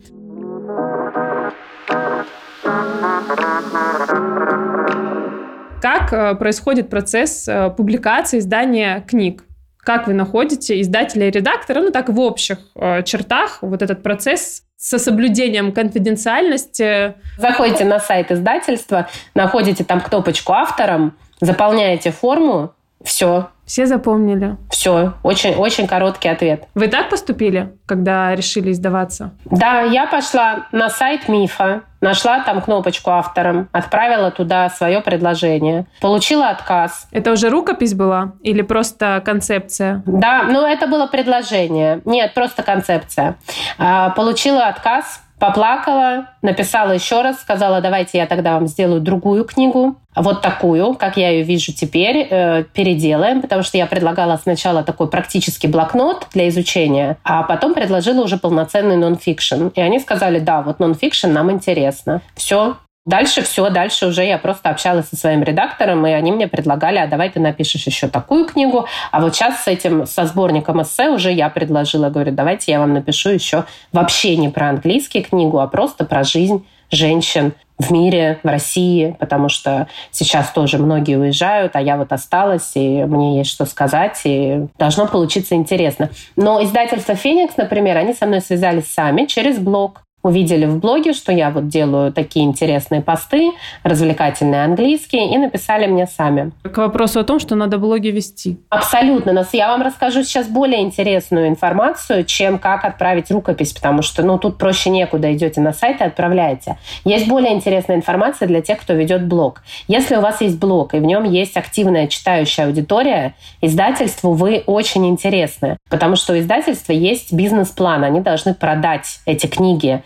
Speaker 2: Как происходит процесс публикации, издания книг? Как вы находите издателя и редактора, ну так в общих чертах, вот этот процесс со соблюдением конфиденциальности?
Speaker 1: Заходите на сайт издательства, находите там кнопочку «Автором», заполняете форму, все.
Speaker 2: Все запомнили?
Speaker 1: Все. Очень, очень короткий ответ.
Speaker 2: Вы так поступили, когда решили издаваться?
Speaker 1: Да, я пошла на сайт МИФа, нашла там кнопочку «Автором», отправила туда свое предложение, получила отказ.
Speaker 2: Это уже рукопись была или просто концепция?
Speaker 1: Да, ну это было предложение. Нет, просто концепция. Получила отказ. Поплакала, написала еще раз, сказала, давайте я тогда вам сделаю другую книгу, вот такую, как я ее вижу теперь, переделаем, потому что я предлагала сначала такой практический блокнот для изучения, а потом предложила уже полноценный нон-фикшн. И они сказали, да, вот нон-фикшн нам интересно. Все. Дальше уже я просто общалась со своим редактором, и они мне предлагали, а давай ты напишешь еще такую книгу. А вот сейчас со сборником эссе уже я предложила, говорю, давайте я вам напишу еще вообще не про английский книгу, а просто про жизнь женщин в мире, в России, потому что сейчас тоже многие уезжают, а я вот осталась, и мне есть что сказать, и должно получиться интересно. Но издательство «Феникс», например, они со мной связались сами через блог. Увидели в блоге, что я вот делаю такие интересные посты, развлекательные английские, и написали мне сами.
Speaker 2: К вопросу о том, что надо блоги вести.
Speaker 1: Абсолютно. Но я вам расскажу сейчас более интересную информацию, чем как отправить рукопись, потому что тут проще некуда. Идете на сайт и отправляете. Есть более интересная информация для тех, кто ведет блог. Если у вас есть блог, и в нем есть активная читающая аудитория, издательству вы очень интересны, потому что у издательства есть бизнес-план. Они должны продать эти книги.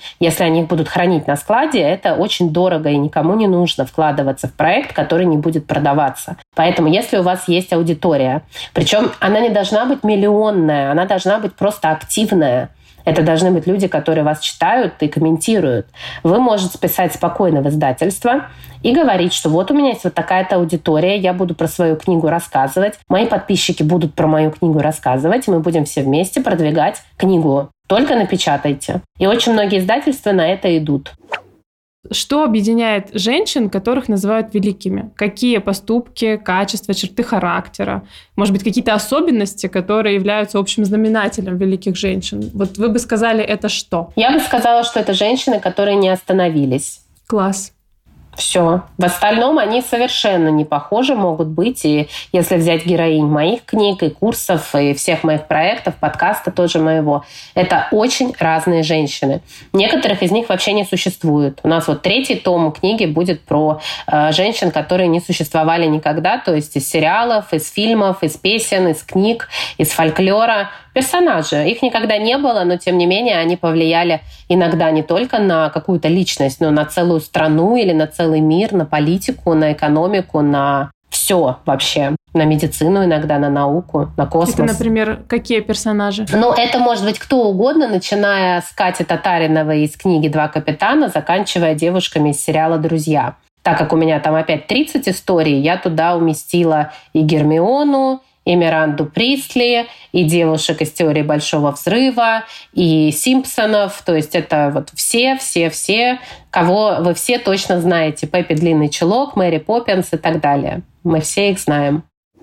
Speaker 1: если они их будут хранить на складе, это очень дорого и никому не нужно вкладываться в проект, который не будет продаваться. Поэтому если у вас есть аудитория, причем она не должна быть миллионная, она должна быть просто активная. Это должны быть люди, которые вас читают и комментируют. Вы можете писать спокойно в издательство и говорить, что вот у меня есть вот такая-то аудитория, я буду про свою книгу рассказывать, мои подписчики будут про мою книгу рассказывать, и мы будем все вместе продвигать книгу. Только напечатайте. И очень многие издательства на это идут.
Speaker 2: Что объединяет женщин, которых называют великими? Какие поступки, качества, черты характера? Может быть, какие-то особенности, которые являются общим знаменателем великих женщин? Вот вы бы сказали, это что?
Speaker 1: Я бы сказала, что это женщины, которые не остановились.
Speaker 2: Класс.
Speaker 1: Все. В остальном они совершенно не похожи могут быть. И если взять героинь моих книг и курсов, и всех моих проектов, подкаста тоже моего, это очень разные женщины. Некоторых из них вообще не существует. У нас вот 3-й том книги будет про женщин, которые не существовали никогда, то есть из сериалов, из фильмов, из песен, из книг, из фольклора. Персонажи. Их никогда не было, но тем не менее они повлияли иногда не только на какую-то личность, но на целую страну или на целый мир, на политику, на экономику, на все вообще. На медицину иногда, на науку, на космос.
Speaker 2: Это, например, какие персонажи?
Speaker 1: Ну, это может быть кто угодно, начиная с Кати Татариновой из книги «Два капитана», заканчивая девушками из сериала «Друзья». Так как у меня там опять 30 историй, я туда уместила и Гермиону, и Миранду Пристли, и девушек из «Теории большого взрыва», и Симпсонов. То есть это вот все, кого вы все точно знаете. Пеппи Длинный Чулок, Мэри Поппинс и так далее. Мы все их знаем.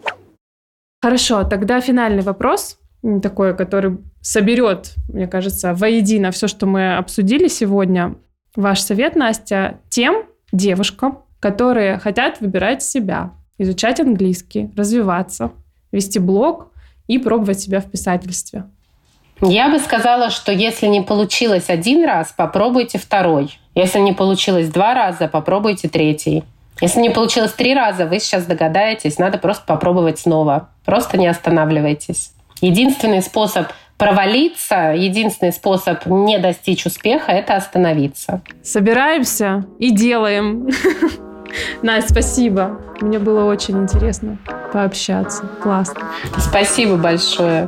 Speaker 2: Хорошо, тогда финальный вопрос, такой, который соберет, мне кажется, воедино все, что мы обсудили сегодня. Ваш совет, Настя, тем девушкам, которые хотят выбирать себя, изучать английский, развиваться, вести блог и пробовать себя в писательстве?
Speaker 1: Я бы сказала, что если не получилось 1 раз, попробуйте 2. Если не получилось 2 раза, попробуйте 3. Если не получилось 3 раза, вы сейчас догадаетесь, надо просто попробовать снова. Просто не останавливайтесь. Единственный способ провалиться, единственный способ не достичь успеха – это остановиться.
Speaker 2: Собираемся и делаем. Настя, спасибо. Мне было очень интересно пообщаться. Классно.
Speaker 1: Спасибо большое.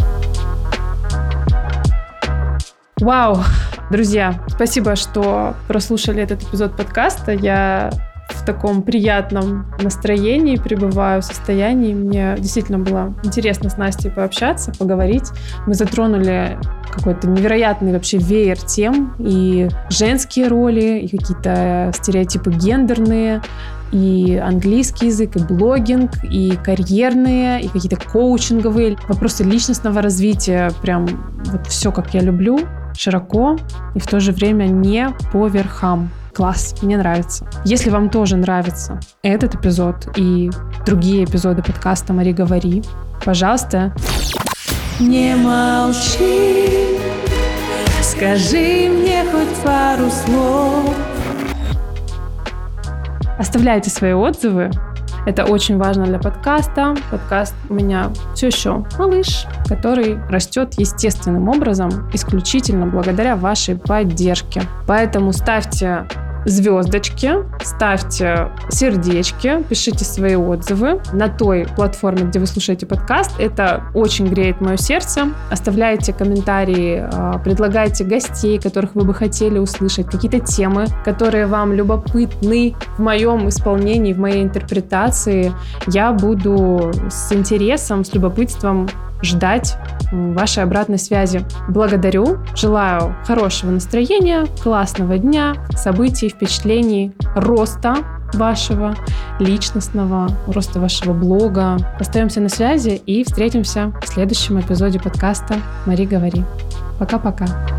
Speaker 2: Вау! Друзья, спасибо, что прослушали этот эпизод подкаста. Я в таком приятном настроении пребываю, состоянии. Мне действительно было интересно с Настей пообщаться, поговорить. Мы затронули какой-то невероятный вообще веер тем, и женские роли, и какие-то стереотипы гендерные, и английский язык, и блогинг, и карьерные, и какие-то коучинговые вопросы личностного развития. Прям вот все, как я люблю, широко и в то же время не по верхам. Класс, мне нравится. Если вам тоже нравится этот эпизод и другие эпизоды подкаста «Мари, говори», пожалуйста,
Speaker 7: Не молчи, скажи мне хоть пару слов.
Speaker 2: оставляйте свои отзывы. Это очень важно для подкаста. Подкаст у меня все еще малыш, который растет естественным образом, исключительно благодаря вашей поддержке. Поэтому ставьте звездочки, ставьте сердечки, пишите свои отзывы на той платформе, где вы слушаете подкаст. Это очень греет мое сердце. Оставляйте комментарии, предлагайте гостей, которых вы бы хотели услышать, какие-то темы, которые вам любопытны в моем исполнении, в моей интерпретации. Я буду с интересом, с любопытством ждать вашей обратной связи. Благодарю, желаю хорошего настроения, классного дня, событий, впечатлений, роста вашего личностного, роста вашего блога. Остаемся на связи и встретимся в следующем эпизоде подкаста «Мари, говори». Пока-пока.